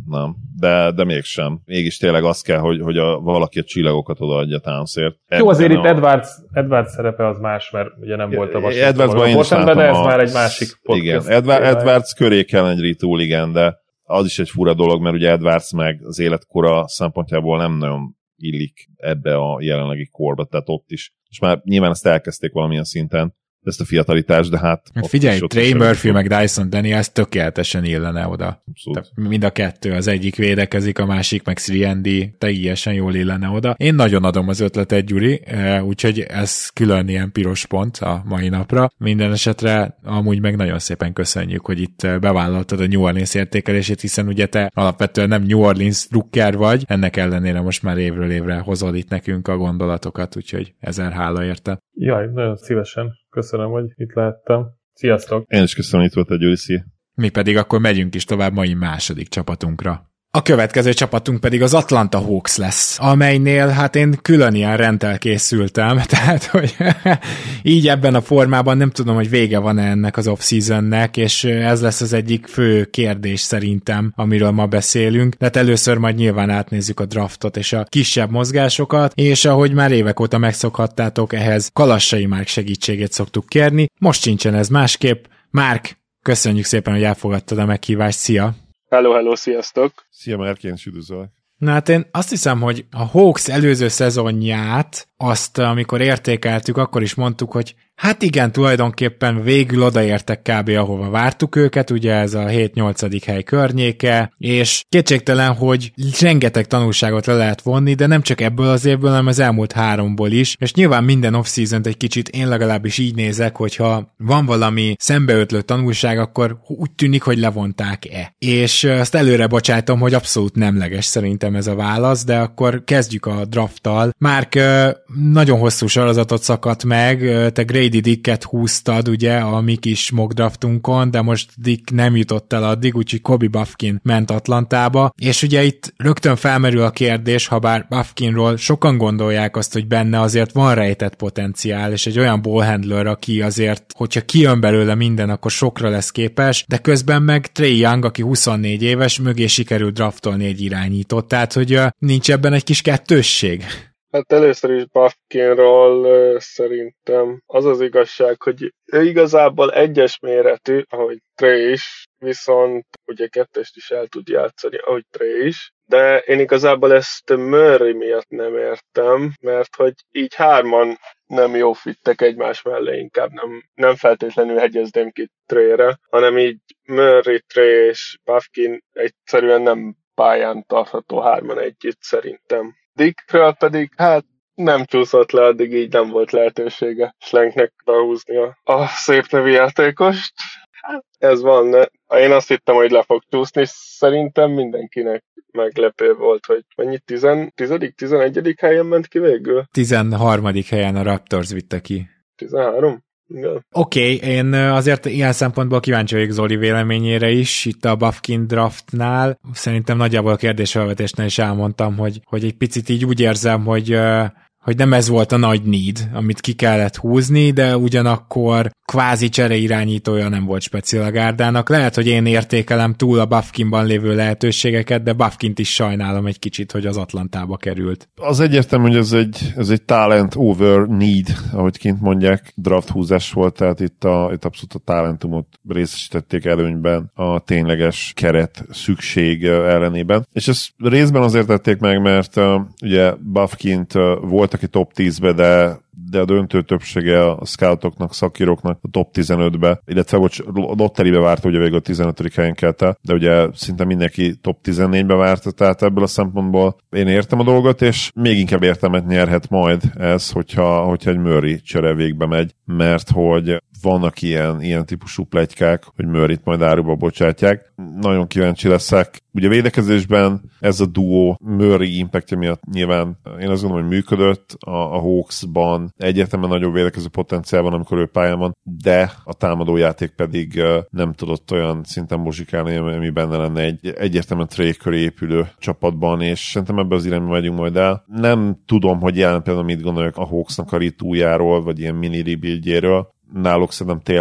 de mégsem. Mégis tényleg az kell, hogy valaki a csillagokat odaadja Townsért. Jó, azért itt Edwards szerepe az más, mert ugye nem volt a Edwardsban én is látom, de ez már egy másik podcast. Igen, Edwards köré kell egy retool, igen, de az is egy fura dolog, mert ugye Edwards meg az életkora szempontjából nem nagyon illik ebbe a jelenlegi korba, tehát ott is. És már nyilván ezt elkezdték valamilyen szinten, ezt a fiatalitást, de hát... Figyelj, Trey Murphy meg Dyson Daniels tökéletesen illene oda. Mind a kettő, az egyik védekezik, a másik meg 3&D teljesen jól illene oda. Én nagyon adom az ötletet, Gyuri, úgyhogy ez külön ilyen piros pont a mai napra. Minden esetre amúgy meg nagyon szépen köszönjük, hogy itt bevállaltad a New Orleans értékelését, hiszen ugye te alapvetően nem New Orleans drukker vagy, ennek ellenére most már évről évre hozod itt nekünk a gondolatokat, úgyhogy ezer hála érte. Jaj, nagyon szívesen köszönöm, hogy itt lehettem. Sziasztok! Én is köszönöm, hogy itt volt a Gyuri. Mi pedig akkor megyünk is tovább mai második csapatunkra. A következő csapatunk pedig az Atlanta Hawks lesz, amelynél hát én külön ilyen rendtel készültem, tehát hogy így ebben a formában nem tudom, hogy vége van-e ennek az off-seasonnek, és ez lesz az egyik fő kérdés szerintem, amiről ma beszélünk, de hát először majd nyilván átnézzük a draftot és a kisebb mozgásokat, és ahogy már évek óta megszokhattátok, ehhez Kalassai Márk segítségét szoktuk kérni, most sincsen ez másképp. Márk, köszönjük szépen, hogy elfogadtad a meghívást, szia! Hello, sziasztok! Szia, Márkén, üdvözöllek! Na hát én azt hiszem, hogy a Hawks előző szezonját, azt amikor értékeltük, akkor is mondtuk, hogy hát igen, tulajdonképpen végül odaértek kb. Ahova vártuk őket, ugye ez a 7-8. hely környéke, és kétségtelen, hogy rengeteg tanulságot le lehet vonni, de nem csak ebből az évből, hanem az elmúlt 3-ból is, és nyilván minden off-season-t egy kicsit én legalábbis így nézek, hogyha van valami szembeötlő tanulság, akkor úgy tűnik, hogy levonták-e. És azt előre bocsájtom, hogy abszolút nemleges szerintem ez a válasz, de akkor kezdjük a drafttal. Márk, nagyon hosszú sorozatot szakadt meg, te Grady Dicket húztad ugye a mi kis mock draftunkon, de most Dick nem jutott el addig, úgyhogy Kobe Buffkin ment Atlantába, és ugye itt rögtön felmerül a kérdés, ha bár Buffkinról sokan gondolják azt, hogy benne azért van rejtett potenciál, és egy olyan ballhandler, aki azért, hogyha kijön belőle minden, akkor sokra lesz képes, de közben meg Trae Young, aki 24 éves, mögé sikerült draftolni egy irányítót, tehát hogy nincs ebben egy kis kettősség. Hát először is Buffkinról szerintem az az igazság, hogy ő igazából egyes méretű, ahogy Trae is, viszont ugye kettest is el tud játszani, ahogy Trae is, de én igazából ezt Murray miatt nem értem, mert hogy így hárman nem jó fittek egymás mellé, inkább nem feltétlenül hegyezném ki Trae-re, hanem így Murray, Trae és Buffkin egyszerűen nem pályán tartható hárman együtt szerintem. Dickről pedig, hát nem csúszott le, addig így nem volt lehetősége Slanknek behúzni a szép nevű játékost. Hát ez van, én azt hittem, hogy le fog csúszni, szerintem mindenkinek meglepő volt, hogy mennyi 11. helyen ment ki végül? 13. helyen a Raptors vitte ki. 13? Oké, én azért ilyen szempontból kíváncsi vagyok Zoli véleményére is, itt a Buffkin draftnál. Szerintem nagyjából a kérdésfelvetésnél is elmondtam, hogy egy picit így úgy érzem, hogy nem ez volt a nagy need, amit ki kellett húzni, de ugyanakkor kvázi csere irányítója nem volt speciál a gárdának. Lehet, hogy én értékelem túl a Buffkinban lévő lehetőségeket, de Buffkint is sajnálom egy kicsit, hogy az Atlantába került. Az egyértelmű, hogy ez egy talent over need, ahogy kint mondják, draft húzás volt, tehát itt abszolút a talentumot részesítették előnyben a tényleges keret szükség ellenében. És ezt részben azért tették meg, mert ugye Buffkint volt, aki top 10-be, de a döntő többsége a scoutoknak, szakíróknak a top 15-be, illetve lotteribe várta, ugye végül a 15. helyen kelte, de ugye szinte mindenki top 14-be várta, tehát ebből a szempontból én értem a dolgot, és még inkább értelmet nyerhet majd ez, hogyha egy Murray csere végbe megy, mert hogy vannak ilyen típusú pletykák, hogy Murrayt majd áruba bocsátják. Nagyon kíváncsi leszek. Ugye védekezésben ez a duó Murray impactja miatt nyilván én azt gondolom, hogy működött a Hawksban. Egyértelműen nagyobb védekező potenciál van, amikor ő pályán van, de a támadójáték pedig nem tudott olyan szinten muzsikálni, ami benne lenne egy egyértelműen Trae köré épülő csapatban, és szerintem ebbe az irányba megyünk majd el. Nem tudom, hogy jelen például mit gondoljak a Hawksnak a ritújáról, vagy ilyen mini rebuildjéről. Náluk szerintem tényleg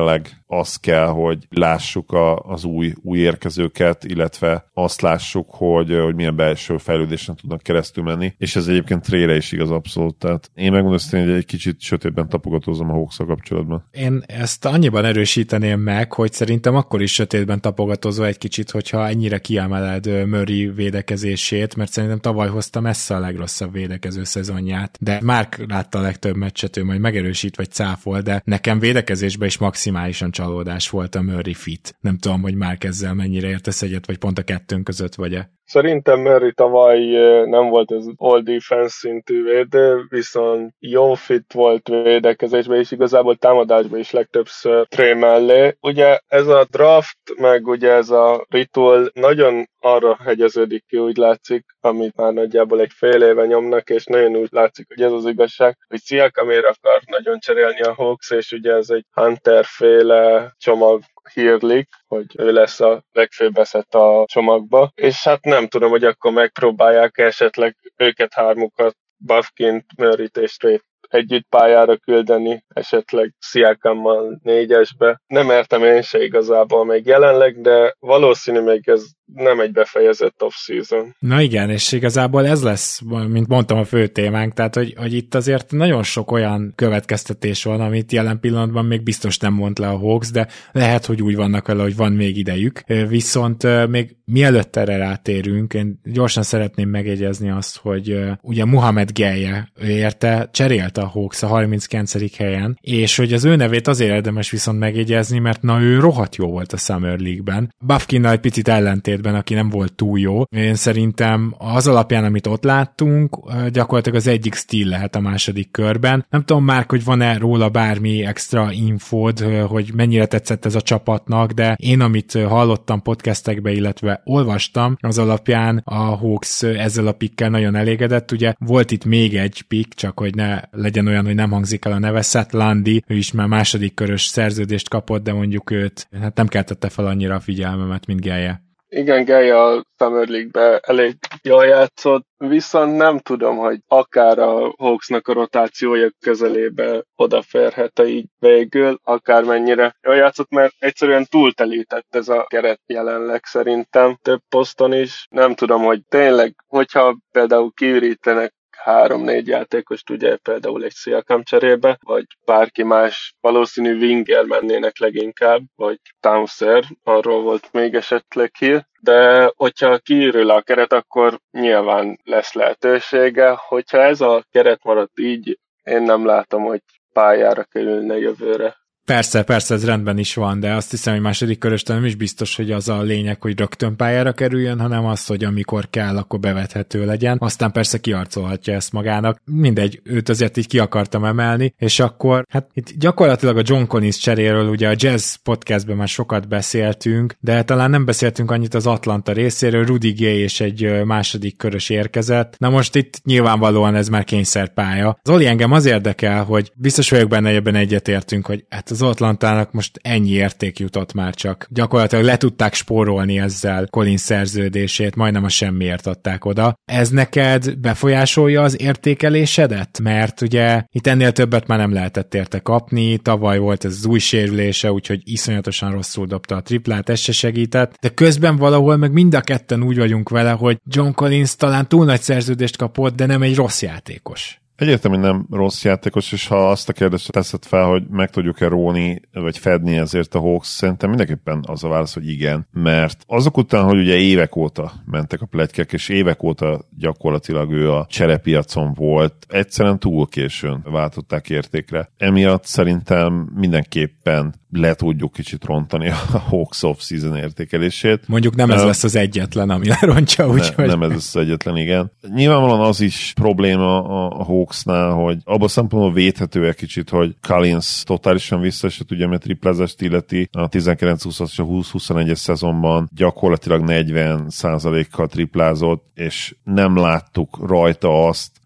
az kell, hogy lássuk az új érkezőket, illetve azt lássuk, hogy milyen belső fejlődésen tudnak keresztül menni, és ez egyébként Trey-re is igaz abszolút. Tehát én megmondom, hogy egy kicsit sötétben tapogatózom a Hawks-szal kapcsolatban. Én ezt annyiban erősíteném meg, hogy szerintem akkor is sötétben tapogatózó egy kicsit, hogyha ennyire kiemeled Murray védekezését, mert szerintem tavaly hozta messze a legrosszabb védekező szezonját, de Mark látta a legtöbb meccset, ő majd megerősít vagy cáfol, de nekem védekezésben is maximálisan csalódás volt a Murray fit. Nem tudom, hogy Mark ezzel mennyire értesz egyet, vagy pont a kettőnk között vagy-e. Szerintem Murray tavaly nem volt az all defense szintű védő, viszont jó fit volt védekezésben, és igazából támadásban is legtöbbször Trey mellé. Ugye ez a draft, meg ugye ez a ritual nagyon arra hegyeződik ki, úgy látszik, amit már nagyjából egy fél éve nyomnak, és nagyon úgy látszik, hogy ez az igazság, hogy Siakamért akar nagyon cserélni a Hawks, és ugye ez egy Hunter-féle csomag hírlik, hogy ő lesz a legfőbb eszet a csomagba, és hát nem tudom, hogy akkor megpróbálják esetleg őket hármukat, Bufkint, Murrayt és Trey-t együtt pályára küldeni, esetleg Siakammal 4-esbe. Nem értem én se igazából még jelenleg, de valószínű még ez nem egy befejezett off-season. Na igen, és igazából ez lesz, mint mondtam, a fő témánk, tehát hogy itt azért nagyon sok olyan következtetés van, amit jelen pillanatban még biztos nem mond le a Hawks, de lehet, hogy úgy vannak vele, hogy van még idejük. Viszont még mielőtt erre rátérünk, én gyorsan szeretném megjegyezni azt, hogy ugye Mohamed Gueye érte cserélt a Hawks a 39. helyen, és hogy az ő nevét azért érdemes viszont megjegyezni, mert na ő rohadt jó volt a Summer League-ben. Bufkinnal egy picit ellentétben, aki nem volt túl jó. Én szerintem az alapján, amit ott láttunk, gyakorlatilag az egyik steal lehet a második körben. Nem tudom már, hogy van-e róla bármi extra infód, hogy mennyire tetszett ez a csapatnak, de én, amit hallottam podcastekbe, illetve olvastam, az alapján a Hawks ezzel a pickkel nagyon elégedett. Ugye volt itt még egy pick, csak hogy ne legyen olyan, hogy nem hangzik el a neve, Seth Lundy, ő is már második körös szerződést kapott, de mondjuk őt hát nem keltette fel annyira a figyelmemet, mint Gueye. Igen, Gueye a Summer League-be elég jól játszott, viszont nem tudom, hogy akár a Hawksnak a rotációja közelébe odaférhet-e így végül, akármennyire jól játszott, mert egyszerűen túltelített ez a keret jelenleg szerintem több poszton is. Nem tudom, hogy tényleg, hogyha például kiürítenek 3-4 játékost, ugye például egy Siakam cserébe, vagy bárki más, valószínű winger mennének leginkább, vagy Townsend, arról volt még esetleg hír, de hogyha kiürül a keret, akkor nyilván lesz lehetősége. Hogyha ez a keret maradt így, én nem látom, hogy pályára kerülne jövőre. Persze, ez rendben is van, de azt hiszem, hogy második köröstől nem is biztos, hogy az a lényeg, hogy rögtön pályára kerüljön, hanem az, hogy amikor kell, akkor bevethető legyen. Aztán persze kiarcolhatja ezt magának. Mindegy, őt azért így ki akartam emelni, és akkor, hát itt gyakorlatilag a John Collins cseréről ugye a Jazz podcastben már sokat beszéltünk, de talán nem beszéltünk annyit az Atlanta részéről, Rudy Gay és egy második körös érkezett. Na most itt nyilvánvalóan ez már kényszerpálya. Zoli, engem az érdekel, hogy biztos vagyok benne, hogy ebben egyetértünk, hogy hát az Atlantának most ennyi érték jutott már csak. Gyakorlatilag le tudták spórolni ezzel Collins szerződését, majdnem a semmiért adták oda. Ez neked befolyásolja az értékelésedet? Mert ugye itt ennél többet már nem lehetett érte kapni, tavaly volt ez az új sérülése, úgyhogy iszonyatosan rosszul dobta a triplát, ez se segített, de közben valahol meg mind a ketten úgy vagyunk vele, hogy John Collins talán túl nagy szerződést kapott, de nem egy rossz játékos. Egyértelműen nem rossz játékos, és ha azt a kérdést teszed fel, hogy meg tudjuk-e róni, vagy fedni ezért a Hawks, szerintem mindenképpen az a válasz, hogy igen. Mert azok után, hogy ugye évek óta mentek a pletykek, és évek óta gyakorlatilag ő a cserepiacon volt, egyszerűen túl későn váltották értékre. Emiatt szerintem mindenképpen le tudjuk kicsit rontani a Hawks off-season értékelését. Mondjuk nem ez lesz az egyetlen, ami lerontja, úgyhogy... Nem ez lesz az egyetlen, igen. Nyilvánvalóan az is probléma a Hawksnál, hogy abban a szempontból védhető egy kicsit, hogy Collins totálisan visszaesett, ugye, mert triplázást illeti a 19-20 és a 20-21-es szezonban gyakorlatilag 40%-kal triplázott, és nem láttuk rajta azt,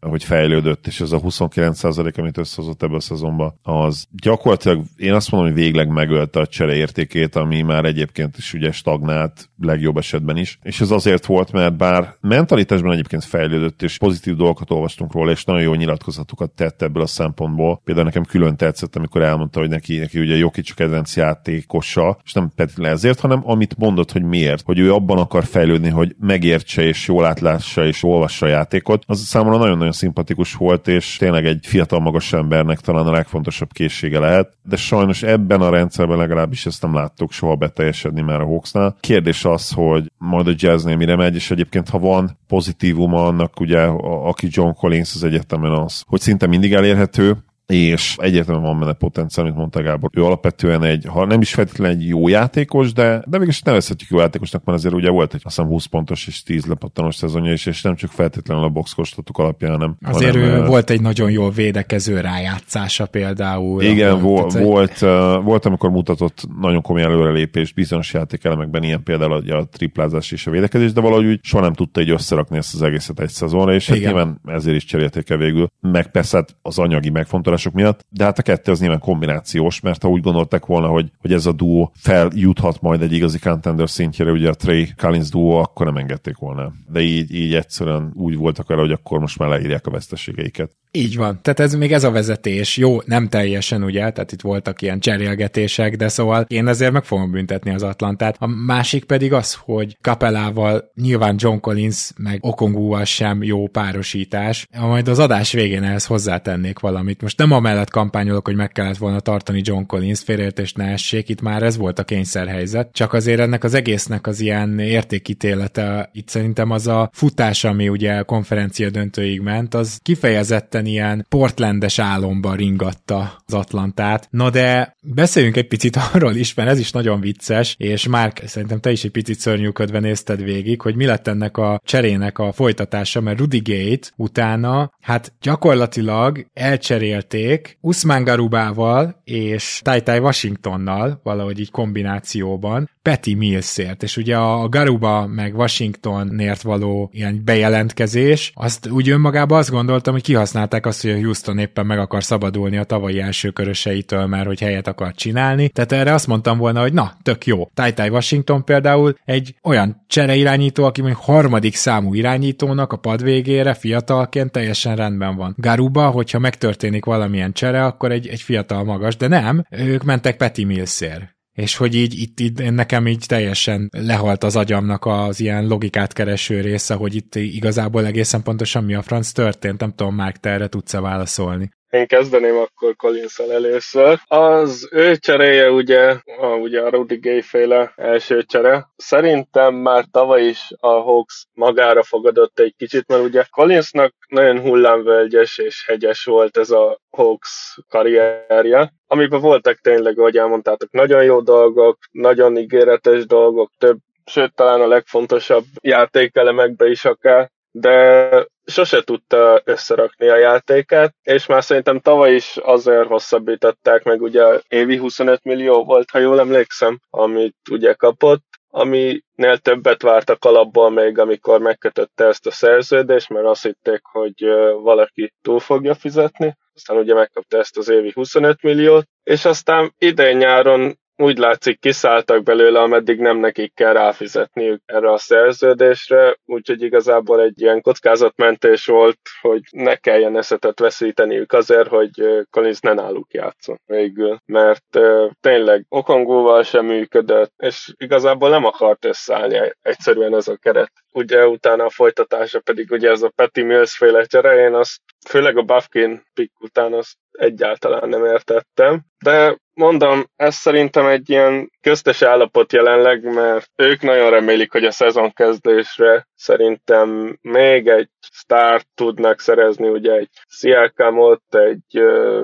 hogy fejlődött, és ez a 29%, amit összehozott ebbe a szezonba, az gyakorlatilag én azt mondom, hogy végleg megölte a csere értékét, ami már egyébként is ugye stagnált, legjobb esetben is. És ez azért volt, mert bár mentalitásban egyébként fejlődött, és pozitív dolgokat olvastunk róla, és nagyon jó nyilatkozatokat tett ebből a szempontból. Például nekem külön tetszett, amikor elmondta, hogy neki ugye Jokic a kedvenc játékosa, és nem pedig ezért, hanem amit mondott, hogy miért, hogy ő abban akar fejlődni, hogy megértse és jól átlássa és olvassa a játékot. Az számomra nagyon-nagyon szimpatikus volt, és tényleg egy fiatal magas embernek talán a legfontosabb készsége lehet, de sajnos ebben a rendszerben legalábbis ezt nem láttuk soha beteljesedni már a Hawksnál. Kérdés az, hogy majd a Jazznél mire megy, és egyébként ha van pozitívuma annak, ugye, aki John Collins, az egyetemen az, hogy szinte mindig elérhető, és egyértelműen van benne potenciál, amit mondta Gábor. Ő alapvetően ha nem is feltétlenül egy jó játékos, de mégis nevezhetjük jó játékosnak, mert azért ugye volt egy azt hiszem 20 pontos és 10 lepattanós szezonja is, és nem csak feltétlenül a boxkostatok alapján, hanem... Azért ő volt egy nagyon jól védekező rájátszása például. Igen, volt, amikor mutatott nagyon komoly előrelépést bizonyos játékelemekben, ilyen például a triplázás és a védekezés, de valahogy úgy soha nem tudta így összerakni ezt az egészet egy szezonra, és hát nyilván ezért is cserélték el végül. Meg persze hát az anyagi megfontolások miatt, de hát a kettő az nyilván kombinációs, mert ha úgy gondolták volna, hogy ez a duó feljuthat majd egy igazi contender szintjére, ugye a Trey Collins duó, akkor nem engedték volna. De így egyszerűen úgy voltak vele, hogy akkor most már leírják a veszteségeiket. Így van. Tehát ez még ez a vezetés. Jó, nem teljesen, ugye, tehát itt voltak ilyen cserélgetések, de szóval én ezért meg fogom büntetni az Atlantát. A másik pedig az, hogy Capellával nyilván John Collins meg Okongúval sem jó párosítás. Majd az adás végén ehhez hozzátennék valamit. Most nem amellett kampányolok, hogy meg kellett volna tartani John Collins, félreértést ne essék, itt már ez volt a kényszerhelyzet. Csak azért ennek az egésznek az ilyen értékítélete, itt szerintem az a futás, ami ugye konferencia döntőig ment, az kifejezetten ilyen Portlandes álomba ringatta az Atlantát. Na de beszéljünk egy picit arról is, mert ez is nagyon vicces, és Márk, szerintem te is egy picit szörnyűködve nézted végig, hogy mi lett ennek a cserének a folytatása, mert Rudy Gay utána, hát gyakorlatilag elcserélték Usman Garubával és Ty Washingtonnal, valahogy így kombinációban, Patty Millsért, és ugye a Garuba meg Washingtonért való ilyen bejelentkezés, azt úgy önmagában azt gondoltam, hogy kihasználták azt, hogy a Houston éppen meg akar szabadulni a tavalyi első köröseitől, mert hogy helyet akar csinálni, tehát erre azt mondtam volna, hogy na, tök jó. Ty Washington például egy olyan csereirányító, aki még harmadik számú irányítónak a pad végére fiatalként teljesen rendben van. Garuba, hogyha megtörténik valamilyen csere, akkor egy fiatal magas, de nem, ők mentek Patty Millsért. És hogy itt nekem így teljesen lehalt az agyamnak az ilyen logikát kereső része, hogy itt igazából egészen pontosan mi a franc történt, nem tudom, Márk, te erre tudsz-e válaszolni? Én kezdeném akkor Collins-el először. Az ő cseréje ugye a Rudy Gay-féle első csere. Szerintem már tavaly is a Hawks magára fogadott egy kicsit, mert ugye Collinsnak nagyon hullámvölgyes és hegyes volt ez a Hawks karrierje, amiben voltak tényleg, ahogy elmondtátok, nagyon jó dolgok, nagyon ígéretes dolgok, sőt talán a legfontosabb játékelemekbe is akár, de sose tudta összerakni a játékát, és már szerintem tavaly is azért hosszabbították meg, ugye évi 25 millió volt, ha jól emlékszem, amit ugye kapott, aminél többet vártak alapból még, amikor megkötötte ezt a szerződést, mert azt hitték, hogy valaki túl fogja fizetni, aztán ugye megkapta ezt az évi 25 milliót, és aztán idén-nyáron úgy látszik, kiszálltak belőle, ameddig nem nekik kell ráfizetniük erre a szerződésre, úgyhogy igazából egy ilyen kockázatmentés volt, hogy ne kelljen eszetet veszíteniük azért, hogy Collins ne náluk játszon végül, mert tényleg Okongúval sem működött, és igazából nem akart összeállni egyszerűen ez a keret. Ugye utána a folytatása pedig ugye ez a Patty Mills féle csere, én azt főleg a Bufkin pick után azt egyáltalán nem értettem, de mondom, ez szerintem egy ilyen köztes állapot jelenleg, mert ők nagyon remélik, hogy a szezon kezdésre szerintem még egy sztárt tudnak szerezni, ugye egy Siakamot, egy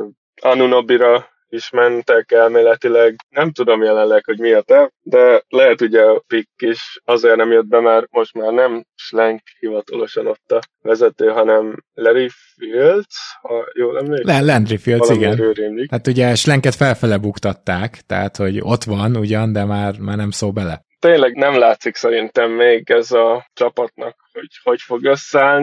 Anunobira is mentek elméletileg. Nem tudom jelenleg, hogy mi a te, de lehet ugye a pick is azért nem jött be, mert most már nem Schlenk hivatalosan ott a vezető, hanem Larry Fields, ha jól emlékszem. Landry Fields, igen. Rémlik. Hát ugye Schlenket felfele buktatták, tehát hogy ott van ugyan, de már nem szó bele. Tényleg nem látszik szerintem még ez a csapatnak, hogy fog összeállni.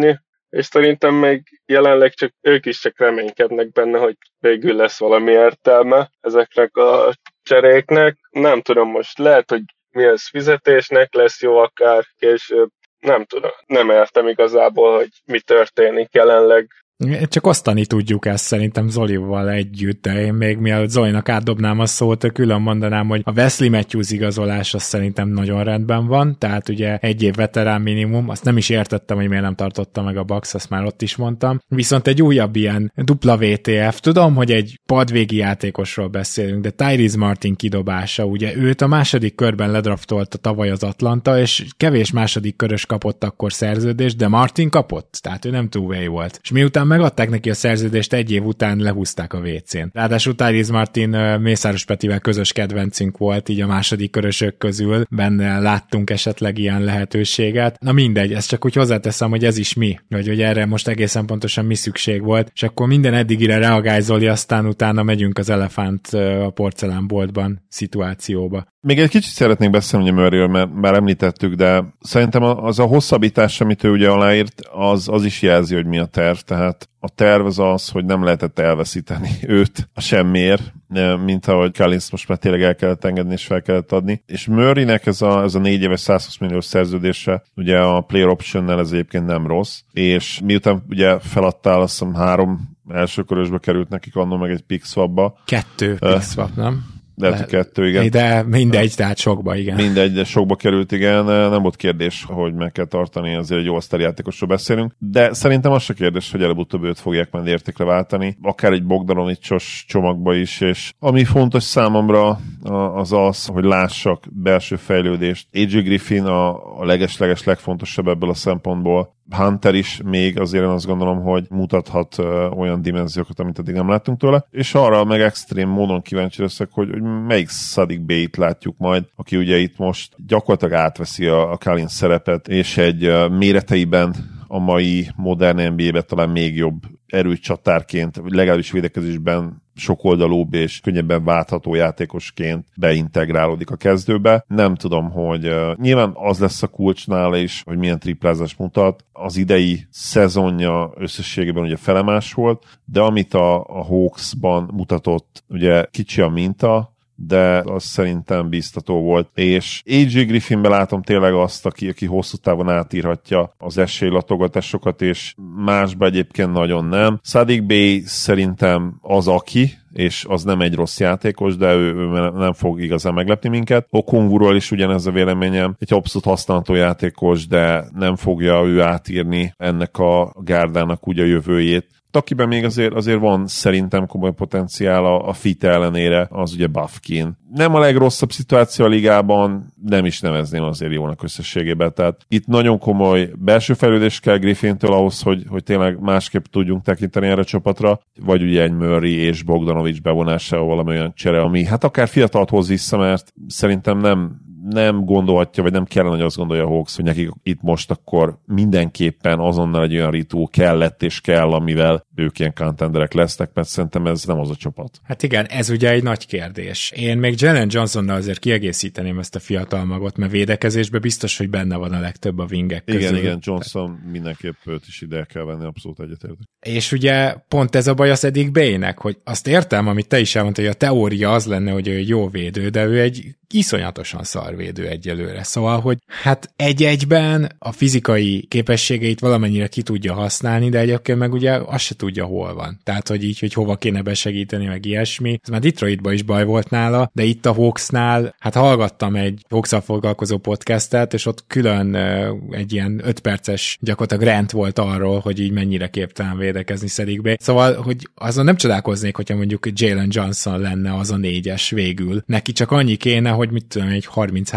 és szerintem még jelenleg ők is csak reménykednek benne, hogy végül lesz valami értelme ezeknek a cseréknek. Nem tudom, most lehet, hogy mi az fizetésnek lesz jó akár később, nem tudom. Nem értem igazából, hogy mi történik jelenleg. Csak osztani tudjuk ezt szerintem Zolival együtt, de én még mielőtt Zolinak átdobnám a szót, külön mondanám, hogy a Wesley Matthews igazolás az szerintem nagyon rendben van, tehát ugye 1 év veterán minimum, azt nem is értettem, hogy miért nem tartotta meg a Bucks, azt már ott is mondtam. Viszont egy újabb ilyen dupla WTF, tudom, hogy egy padvégi játékosról beszélünk, de Tyrese Martin kidobása, ugye őt a második körben ledraftolta tavaly az Atlanta, és kevés második körös kapott akkor szerződést, de Martin kapott, tehát ő nem two-way volt. És miután megadták neki a szerződést, 1 év után lehúzták a WC-n. Ráadásul Tyrese Martin Mészáros Petivel közös kedvencünk volt, így a második körösök közül, benne láttunk esetleg ilyen lehetőséget. Na mindegy, ezt csak úgy hozzáteszem, hogy ez is mi, hogy erre most egészen pontosan mi szükség volt, és akkor minden eddigire reagálj Zoli, aztán utána megyünk az elefánt a porcelánboltban szituációba. Még egy kicsit szeretnék beszélni Murrayről, mert már említettük, de szerintem az a hosszabbítás, amit ő ugye aláírt, az is jelzi, hogy mi a terv. Tehát a terv az, hogy nem lehetett elveszíteni őt a semmiért, mint ahogy Collins most már tényleg el kellett engedni és fel kellett adni. És Murraynek ez a 4 éves 120 milliós szerződése, ugye a player optionnel ez egyébként nem rossz, és miután ugye feladtál, azt hiszem 3 első körösbe került nekik annól meg egy pick swapba. 2 pick swap, nem? Lehet, hogy 2, igen. De mindegy, tehát sokba, igen. Mindegy, de sokba került, igen. Nem volt kérdés, hogy meg kell tartani, azért egy all-star játékosról beszélünk. De szerintem az se kérdés, hogy előbb-utóbb őt fogják majd értékre váltani. Akár egy Bogdanovicsos csomagba is, és ami fontos számomra az, hogy lássak belső fejlődést. AJ Griffin a leges-leges legfontosabb ebből a szempontból. Hunter is még azért én azt gondolom, hogy mutathat olyan dimenziókat, amit eddig nem láttunk tőle, és arra meg extrém módon kíváncsi leszek, hogy melyik Saddiq Bey-t látjuk majd, aki ugye itt most gyakorlatilag átveszi a Collins szerepet, és egy méreteiben a mai modern NBA-ben talán még jobb erőcsatárként, legalábbis védekezésben sokoldalúbb és könnyebben váltható játékosként beintegrálódik a kezdőbe. Nem tudom, hogy nyilván az lesz a kulcs nála is, hogy milyen triplázás mutat. Az idei szezonja összességében ugye felemás volt, de amit a Hawksban mutatott, ugye kicsi a minta, de az szerintem biztató volt. És AJ Griffinben látom tényleg azt, aki hosszú távon átírhatja az esélylatogatásokat, és másba egyébként nagyon nem. Saddiq Bey szerintem az aki, és az nem egy rossz játékos, de ő nem fog igazán meglepni minket. Okongwuról is ugyanez a véleményem. Egy abszolút használható játékos, de nem fogja ő átírni ennek a gárdának úgy a jövőjét. Akiben még azért van szerintem komoly potenciál a fit ellenére, az ugye Bufkin. Nem a legrosszabb szituáció a ligában, nem is nevezném azért jónak összességében. Tehát itt nagyon komoly belső fejlődés kell Griffintől ahhoz, hogy tényleg másképp tudjunk tekinteni erre a csapatra, vagy ugye egy Murray és Bogdanovics bevonásával valami olyan csere, ami hát akár fiatalt hoz vissza, mert szerintem nem gondolhatja, vagy nem kellene, hogy azt gondolja a Hawks, hogy nekik itt most akkor mindenképpen azonnal egy olyan ritú kellett és kell, amivel ők ilyen contenderek lesznek, mert szerintem ez nem az a csapat. Hát igen, ez ugye egy nagy kérdés. Én még Jalen Johnsonnal azért kiegészíteném ezt a fiatal magot, mert védekezésben biztos, hogy benne van a legtöbb a wingek közül. Igen, Johnson mindenképp őt is ide kell venni, abszolút egyetértek. És ugye pont ez a baj a Saddiq Beynek, hogy azt értem, amit te is elmondtad, hogy a teória az lenne, hogy ő egy jó védő, de ő egy iszonyatosan szarvédő egyelőre. Szóval, hogy hát egy-egyben a fizikai képességeit valamennyire ki tudja használni, de egyébként meg ugye azt se tudja, hol van. Tehát, hogy így, hogy hova kéne besegíteni, meg ilyesmi. Ez már Detroitban is baj volt nála, de itt a Hawksnál, hát hallgattam egy Hawks-szal foglalkozó podcastet, és ott külön egy ilyen 5 perces gyakorlatilag rant volt arról, hogy így mennyire képtelen védekezni Saddiq Bey. Szóval, hogy azon nem csodálkoznék, hogyha mondjuk Jalen Johnson lenne az a 4-es végül. Neki csak annyi kéne, hogy mit tudom, egy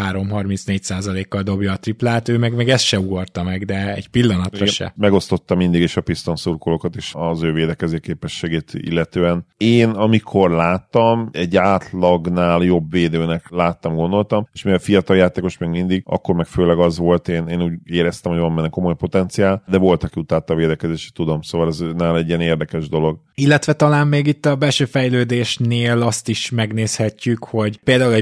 33-34%-kal dobja a triplát, ő meg ezt se ugorta meg, de egy pillanatra se. Megosztotta mindig is a Pistons szurkolókat is az ő védekező képességét illetően. Én, amikor láttam, egy átlagnál jobb védőnek gondoltam, és mivel fiatal játékos még mindig, akkor meg főleg az volt, én úgy éreztem, hogy van benne komoly potenciál, de volt, aki utálta a védekezést, tudom, szóval ez nála egy ilyen érdekes dolog. Illetve talán még itt a belső fejlődésnél azt is megnézhetjük, hogy például egy Bufkin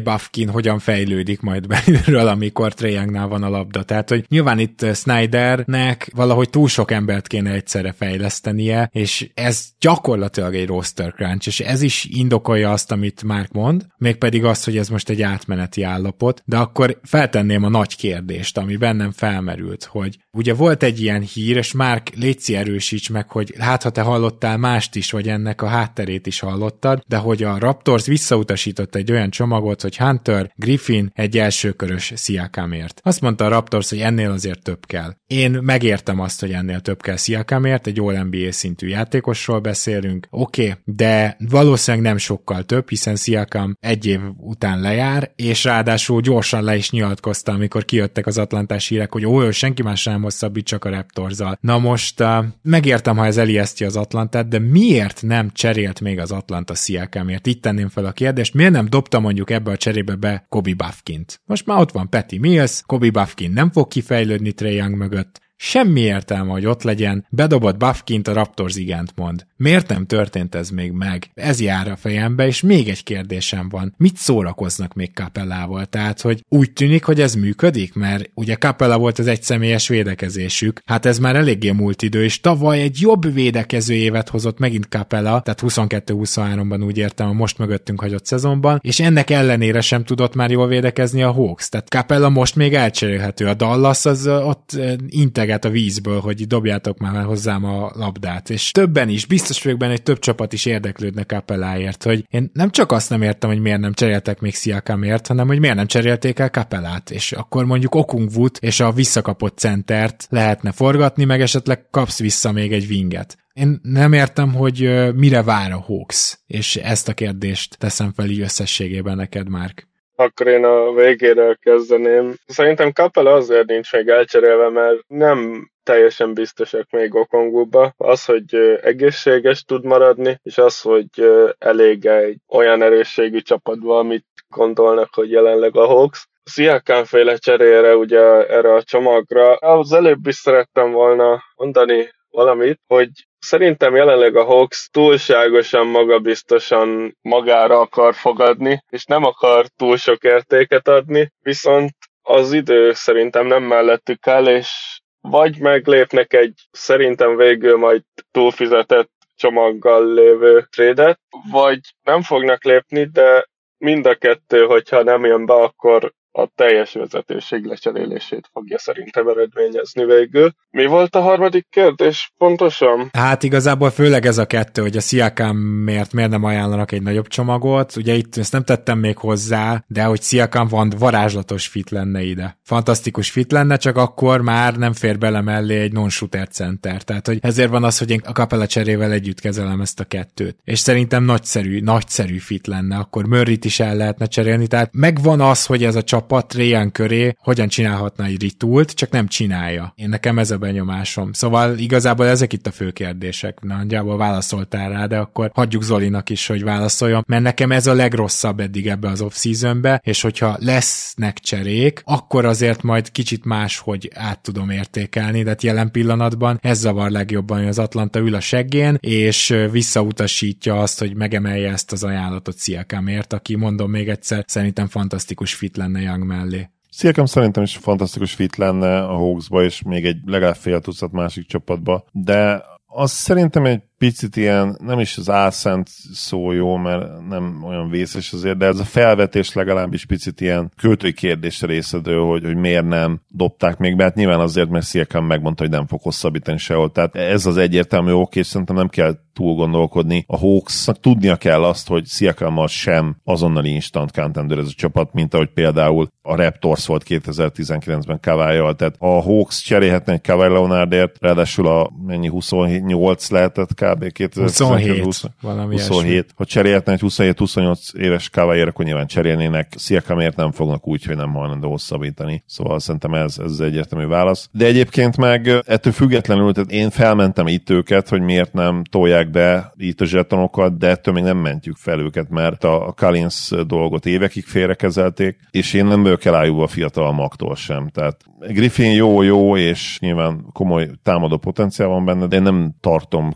Griffin hogyan fejlődik majd belülről, amikor Trae Youngnál van a labda. Tehát, hogy nyilván itt Snydernek valahogy túl sok embert kéne egyszerre fejlesztenie, és ez gyakorlatilag egy roster crunch, és ez is indokolja azt, amit Mark mond, mégpedig azt, hogy ez most egy átmeneti állapot, de akkor feltenném a nagy kérdést, ami bennem felmerült, hogy ugye volt egy ilyen hír, és Mark, létszi erősíts meg, hogy hát ha te hallottál mást is, vagy ennek a hátterét is hallottad, de hogy a Raptors visszautasított egy olyan csomagot, hogy Hunter, Griffin egy elsőkörös Siakamért. Azt mondta a Raptors, hogy ennél azért több kell. Én megértem azt, hogy ennél több kell Siakamért, egy All-NBA szintű játékosról beszélünk, oké, de valószínűleg nem sokkal több, hiszen Siakam egy év után lejár, és ráadásul gyorsan le is nyilatkozta, amikor kijöttek az atlantás hírek, hogy senki más nem hosszabbít, csak a Raptorzzal. Na most megértem, ha ez elijeszti az Atlantát, de miért nem cserélt még az Atlanta Siakamért? Itt tenném fel a kérdést, miért nem dobta mondjuk ebbe a cserébe be Kobe Buffkint? Most már ott van Patty Mills, Kobe Buffkin nem fog kifejlődni Trae Young mögött, semmi értelme, hogy ott legyen, bedobott Buffkint, a Raptors igent mond. Miért nem történt ez még meg? Ez jár a fejembe, és még egy kérdésem van. Mit szórakoznak még Capellával? Tehát, hogy úgy tűnik, hogy ez működik, mert ugye Capella volt az egyszemélyes védekezésük, hát ez már eléggé múlt idő, és tavaly egy jobb védekező évet hozott megint Capella, tehát 22-23-ban úgy értem a most mögöttünk hagyott szezonban, és ennek ellenére sem tudott már jól védekezni a Hawks. Tehát Capella most még elcserélhető. A Dallas az ott integet a vízből, hogy dobjátok már hozzám a labdát, és többen is, biztos vagyok benne, hogy több csapat is érdeklődne Capelláért, hogy én nem csak azt nem értem, hogy miért nem cseréltek még Siakamért, hanem hogy miért nem cserélték el Capellát, és akkor mondjuk Okungwut és a visszakapott centert lehetne forgatni, meg esetleg kapsz vissza még egy winget. Én nem értem, hogy mire vár a Hawks, és ezt a kérdést teszem fel így összességében neked, Mark. Akkor én a végéről kezdeném. Szerintem Capella azért nincs még elcserélve, mert nem teljesen biztosak még Okongwuba. Az, hogy egészséges tud maradni, és az, hogy elég egy olyan erősségű csapatban, amit gondolnak, hogy jelenleg a Hawks. Siakam féle cserére, ugye erre a csomagra. Az előbb is szerettem volna mondani valamit, hogy szerintem jelenleg a Hawks túlságosan magabiztosan magára akar fogadni, és nem akar túl sok értéket adni, viszont az idő szerintem nem mellettük áll, és vagy meglépnek egy szerintem végül majd túlfizetett csomaggal lévő trédet, vagy nem fognak lépni, de mind a kettő, hogyha nem jön be, akkor a teljes vezetőség lecserélését fogja szerintem eredményezni végül. Mi volt a harmadik kérdés pontosan? Hát igazából főleg ez a kettő, hogy a Siakamért miért nem ajánlanak egy nagyobb csomagot. Ugye itt ezt nem tettem még hozzá, de hogy Siakam van, varázslatos fit lenne ide. Fantasztikus fit lenne, csak akkor már nem fér bele mellé egy non-shooter center. Tehát, hogy ezért van az, hogy én a Capella cserével együtt kezelem ezt a kettőt. És szerintem nagyszerű fit lenne. Akkor Murrayt is el lehetne cserélni. Tehát megvan az, hogy ez a csapat Trae Young köré hogyan csinálhatna egy ritult, csak nem csinálja. Én nekem ez a benyomásom. Szóval igazából ezek itt a fő kérdések. Nagyjából válaszoltál rá, de akkor hagyjuk Zolinak is, hogy válaszoljon, mert nekem ez a legrosszabb eddig ebbe az off-seasonbe, és hogyha lesznek cserék, akkor azért majd kicsit máshogy át tudom értékelni, de jelen pillanatban ez zavar legjobban, hogy az Atlanta ül a seggén, és visszautasítja azt, hogy megemelje ezt az ajánlatot Siakamért, aki, mondom még egyszer, szerintem fantasztikus fit lenne Young mellé. Siakam szerintem is fantasztikus fit lenne a Hawksba, és még egy legalább fél tucat másik csapatba, de az szerintem egy picit ilyen, nem is az álszent szó jó, mert nem olyan vészes azért, de ez a felvetés legalábbis picit ilyen költői kérdésre részedő, hogy miért nem dobták még be, hát nyilván azért, mert Siakam megmondta, hogy nem fog hosszabbítani sehol, tehát ez az egyértelmű oké, és szerintem nem kell túl gondolkodni. A Hawksnak tudnia kell azt, hogy Siakammal sem azonnali instant contender ez a csapat, mint ahogy például a Raptors volt 2019-ben Kawhi-jal, tehát a Hawks cserélhetne egy Kawhi Leonardért, ráadásul a 28 lehetett kb. 27. Ha cserélhetne egy 27-28 éves Kawhi-ért, akkor nyilván cserélnének. Siakamért nem fognak úgy, hogy nem hajlandó hosszabbítani. Szóval szerintem ez az egyértelmű válasz. De egyébként meg ettől függetlenül, tehát én felmentem itt őket, hogy miért nem tolják be itt a zsetonokat, de ettől még nem mentjük fel őket, mert a Collins dolgot évekig félrekezelték, és én nem vagyok elájulva a fiatal magtól sem. Tehát Griffin jó, és nyilván komoly támadó potenciál van benne, de én nem tartom különleges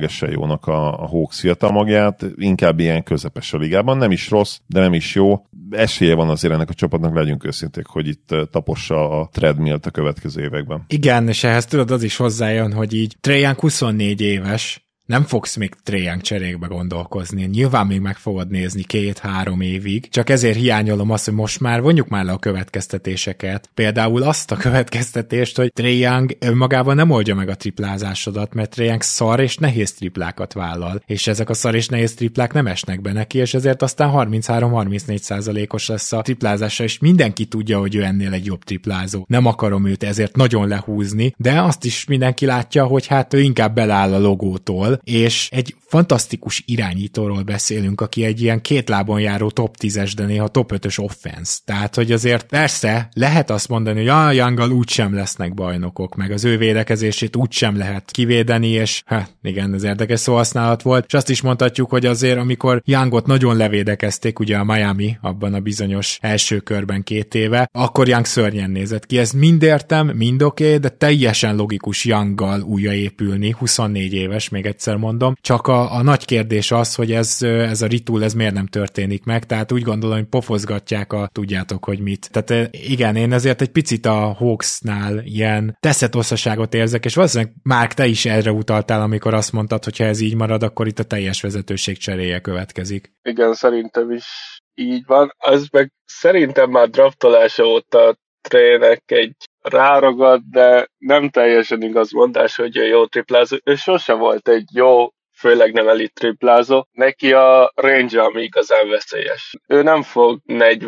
különlegesen jónak a Hawks fiatal magját, inkább ilyen közepes a ligában, nem is rossz, de nem is jó. Esélye van azért ennek a csapatnak, legyünk őszinték, hogy itt tapossa a treadmill-t a következő években. Igen, és ehhez tudod, az is hozzájön, hogy így Trae Young 24 éves, nem fogsz még Trae Young cserékbe gondolkozni. Nyilván még meg fogod nézni 2-3 évig, csak ezért hiányolom azt, hogy most már vonjuk már le a következtetéseket. Például azt a következtetést, hogy Trae Young önmagában nem oldja meg a triplázásodat, mert Trae Young szar és nehéz triplákat vállal, és ezek a szar és nehéz triplák nem esnek be neki, és ezért aztán 33-34%-os lesz a triplázása, és mindenki tudja, hogy ő ennél egy jobb triplázó. Nem akarom őt ezért nagyon lehúzni, de azt is mindenki látja, hogy hát ő inkább beláll a logótól, és egy fantasztikus irányítóról beszélünk, aki egy ilyen két lábon járó top 10-es, de néha top 5-ös offense. Tehát, hogy azért persze lehet azt mondani, hogy a Younggal úgysem lesznek bajnokok, meg az ő védekezését úgysem lehet kivédeni, és igen, ez érdekes szóhasználat volt, és azt is mondhatjuk, hogy azért, amikor Youngot nagyon levédekezték, ugye a Miami abban a bizonyos első körben 2 éve, akkor Young szörnyen nézett ki. Ez mind értem, mind oké, de teljesen logikus Younggal újraépülni, 24 éves, még egyszer mondom, csak a nagy kérdés az, hogy ez a retool, ez miért nem történik meg, tehát úgy gondolom, hogy pofozgatják tudjátok, hogy mit. Tehát igen, én ezért egy picit a Hawksnál ilyen teszetosszaságot érzek, és valószínűleg Márk, te is erre utaltál, amikor azt mondtad, hogy ha ez így marad, akkor itt a teljes vezetőség cseréje következik. Igen, szerintem is így van. Az meg szerintem már draftolása óta Trae-nek egy ráragad, de nem teljesen igaz mondás, hogy a jó triplázó. Ő sose volt egy jó, főleg nem elit triplázó. Neki a range, ami igazán veszélyes. Ő nem fog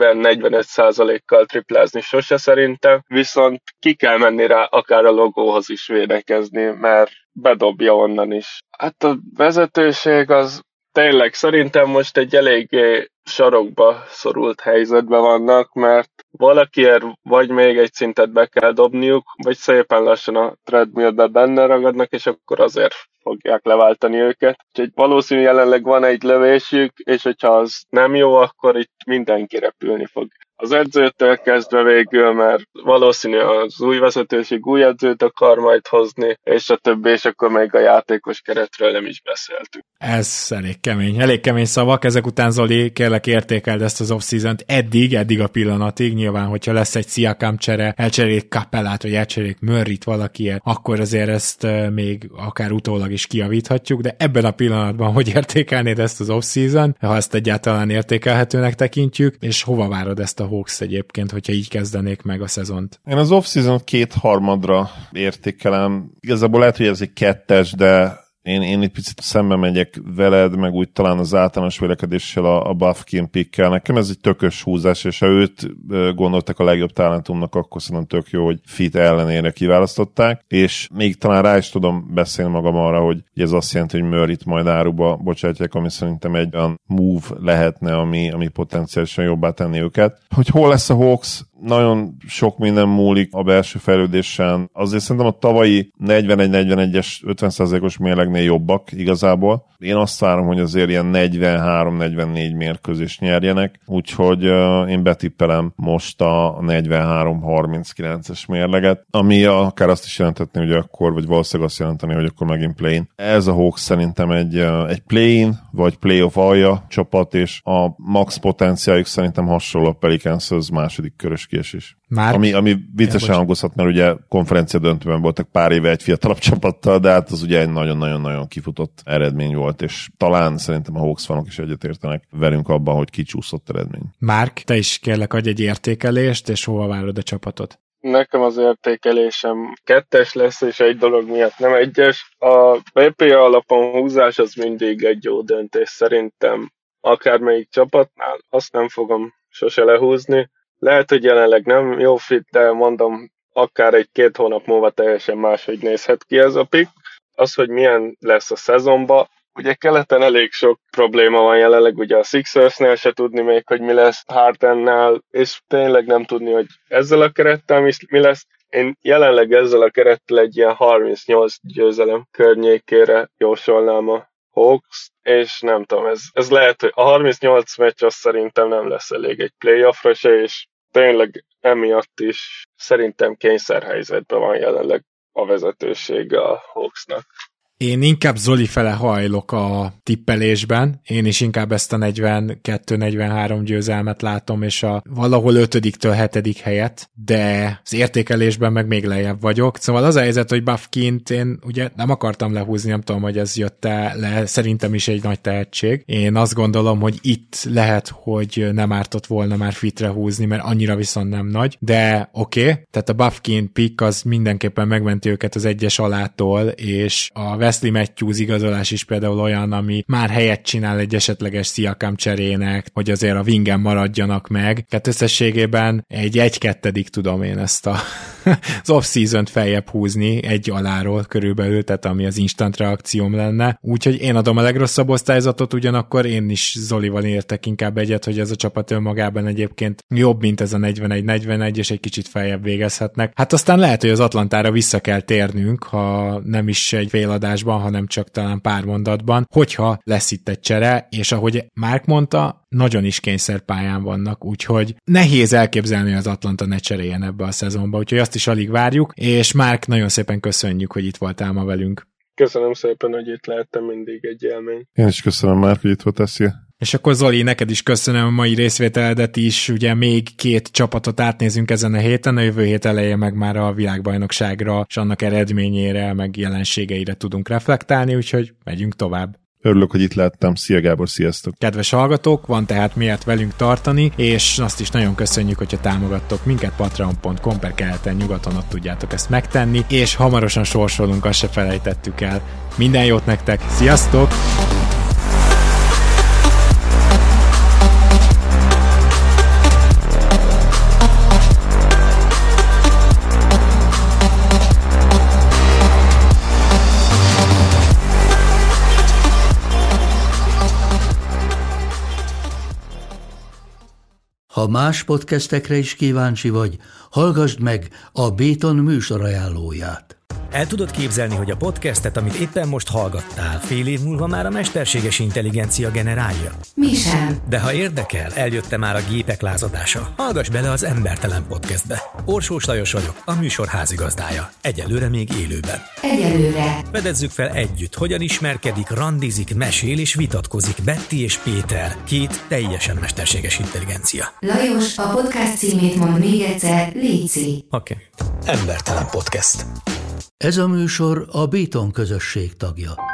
40-45%-kal triplázni sose szerintem, viszont ki kell menni rá akár a logóhoz is védekezni, mert bedobja onnan is. Hát a vezetőség az tényleg szerintem most egy eléggé sarokba szorult helyzetben vannak, mert valakiért vagy még egy szintet be kell dobniuk, vagy szépen lassan a treadmillbe benne ragadnak, és akkor azért fogják leváltani őket. Úgyhogy valószínű jelenleg van egy lövésük, és hogyha az nem jó, akkor itt mindenki repülni fog. Az edzőtől kezdve végül, mert valószínű az új vezetőség új edzőt akar majd hozni, és a többi, és akkor még a játékos keretről nem is beszéltünk. Ez elég kemény szavak, ezek után Zoli, kérlek értékeld ezt az off-season-t eddig a pillanatig, nyilván, hogyha lesz egy Siakam csere, elcserélik Capellát, vagy elcserélik Murrayt valakiért, akkor azért ezt még akár utólag is kijavíthatjuk, de ebben a pillanatban hogy értékelnéd ezt az off-season, ha ezt egyáltalán értékelhetőnek tekintjük, és hova várod ezt a Hawks egyébként, hogyha így kezdenék meg a szezont? Én az off-season 2/3 értékelem. Igazából lehet, hogy ez egy 2-es, de én itt picit szembe megyek veled, meg úgy talán az általános vélekedéssel a Bufkin pickkel. Nekem ez egy tökös húzás, és ha őt gondoltak a legjobb talentumnak, akkor szerintem tök jó, hogy fit ellenére kiválasztották, és még talán rá is tudom beszélni magam arra, hogy ez azt jelenti, hogy Murrayt majd áruba bocsátják, ami szerintem egy olyan move lehetne, ami potenciálisan jobbá tenni őket. Hogy hol lesz a Hawks? Nagyon sok minden múlik a belső fejlődésen. Azért szerintem a tavalyi 41-41-es 50%-os mérlegnél jobbak igazából. Én azt várom, hogy azért ilyen 43-44 mérkőzést nyerjenek, úgyhogy én betippelem most a 43-39-es mérleget, ami akár azt is jelentetni, hogy akkor, vagy valószínűleg azt jelenteni, hogy akkor megint play-in. Ez a Hawks szerintem egy play-in, vagy playoff alja csapat, és a max potenciáljuk szerintem hasonló a Pelicanshoz második körös kiesés. Ami viccesen hangozhat, mert ugye konferencia döntőben voltak pár éve egy fiatalabb csapattal, de hát az ugye egy nagyon-nagyon-nagyon kifutott eredmény volt, és talán szerintem a Hawks fanok is egyetértenek velünk abban, hogy kicsúszott eredmény. Márk, te is kérlek adj egy értékelést, és hova várod a csapatot? Nekem az értékelésem 2-es lesz, és egy dolog miatt nem 1-es. A PPA alapon húzás az mindig egy jó döntés szerintem. Akármelyik csapatnál, azt nem fogom sose lehúzni. Lehet, hogy jelenleg nem jó fit, de mondom, akár 1-2 hónap múlva teljesen máshogy nézhet ki ez a pick. Az, hogy milyen lesz a szezonban, ugye keleten elég sok probléma van jelenleg, ugye a Sixersnél se tudni még, hogy mi lesz, Hardennál, és tényleg nem tudni, hogy ezzel a kerettel mi lesz. Én jelenleg ezzel a kerettel egy ilyen 38 győzelem környékére jósolnám a Hawks, és nem tudom, ez lehet, hogy a 38 meccs az szerintem nem lesz elég egy playoffra se, és tényleg emiatt is szerintem kényszerhelyzetben van jelenleg a vezetősége a Hawksnak. Én inkább Zoli fele hajlok a tippelésben, én is inkább ezt a 42-43 győzelmet látom, és a valahol 5-től 7. helyet, de az értékelésben meg még lejjebb vagyok. Szóval az a helyzet, hogy Bafkint én ugye nem akartam lehúzni, nem tudom, hogy ez jött-e le, szerintem is egy nagy tehetség. Én azt gondolom, hogy itt lehet, hogy nem ártott volna már fitre húzni, mert annyira viszont nem nagy, de oké. Tehát a Bafkin pick az mindenképpen megmenti őket az 1-es alától, és a Wesley Matthews igazolás is például olyan, ami már helyet csinál egy esetleges Siakam cserének, hogy azért a wingen maradjanak meg. Tehát összességében egy 1-2 tudom én ezt az off-season-t feljebb húzni egy aláról körülbelül, tehát ami az instant reakcióm lenne. Úgyhogy én adom a legrosszabb osztályzatot, ugyanakkor én is Zolival értek inkább egyet, hogy ez a csapat önmagában egyébként jobb, mint ez a 41-41, és egy kicsit feljebb végezhetnek. Hát aztán lehet, hogy az Atlantára vissza kell térnünk, ha nem is egy féladásban, hanem csak talán pár mondatban, hogyha lesz itt egy csere, és ahogy Mark mondta, nagyon is kényszerpályán vannak, úgyhogy nehéz elképzelni, hogy az Atlanta ne cseréljen ebbe a szezonba, úgyhogy azt is alig várjuk, és Mark, nagyon szépen köszönjük, hogy itt voltál ma velünk. Köszönöm szépen, hogy itt lehettem, mindig egy élmény. Én is köszönöm, Mark, hogy itt voltál, szia. És akkor Zoli, neked is köszönöm a mai részvételedet is, ugye még 2 csapatot átnézünk ezen a héten, a jövő hét elején meg már a világbajnokságra és annak eredményére, meg jelenségeire tudunk reflektálni, úgyhogy megyünk tovább. Örülök, hogy itt láttam. Szia Gábor, sziasztok! Kedves hallgatók, van tehát miért velünk tartani, és azt is nagyon köszönjük, hogyha támogattok minket patreon.com/keleten-nyugaton, ott tudjátok ezt megtenni, és hamarosan sorsolunk, azt se felejtettük el. Minden jót nektek, sziasztok! Ha más podcastekre is kíváncsi vagy, hallgassd meg a Béton műsor ajánlóját. El tudod képzelni, hogy a podcastet, amit éppen most hallgattál, fél év múlva már a mesterséges intelligencia generálja? Mi sem. De ha érdekel, eljött már a gépek lázadása. Hallgass bele az Embertelen Podcastbe. Orsós Lajos vagyok, a műsor házigazdája. Egyelőre még élőben. Egyelőre. Fedezzük fel együtt, hogyan ismerkedik, randizik, mesél és vitatkozik Betty és Péter, 2 teljesen mesterséges intelligencia. Lajos, a podcast címét mond még egyszer, léci. Oké. Embertelen Podcast. Ez a műsor a Béton közösség tagja.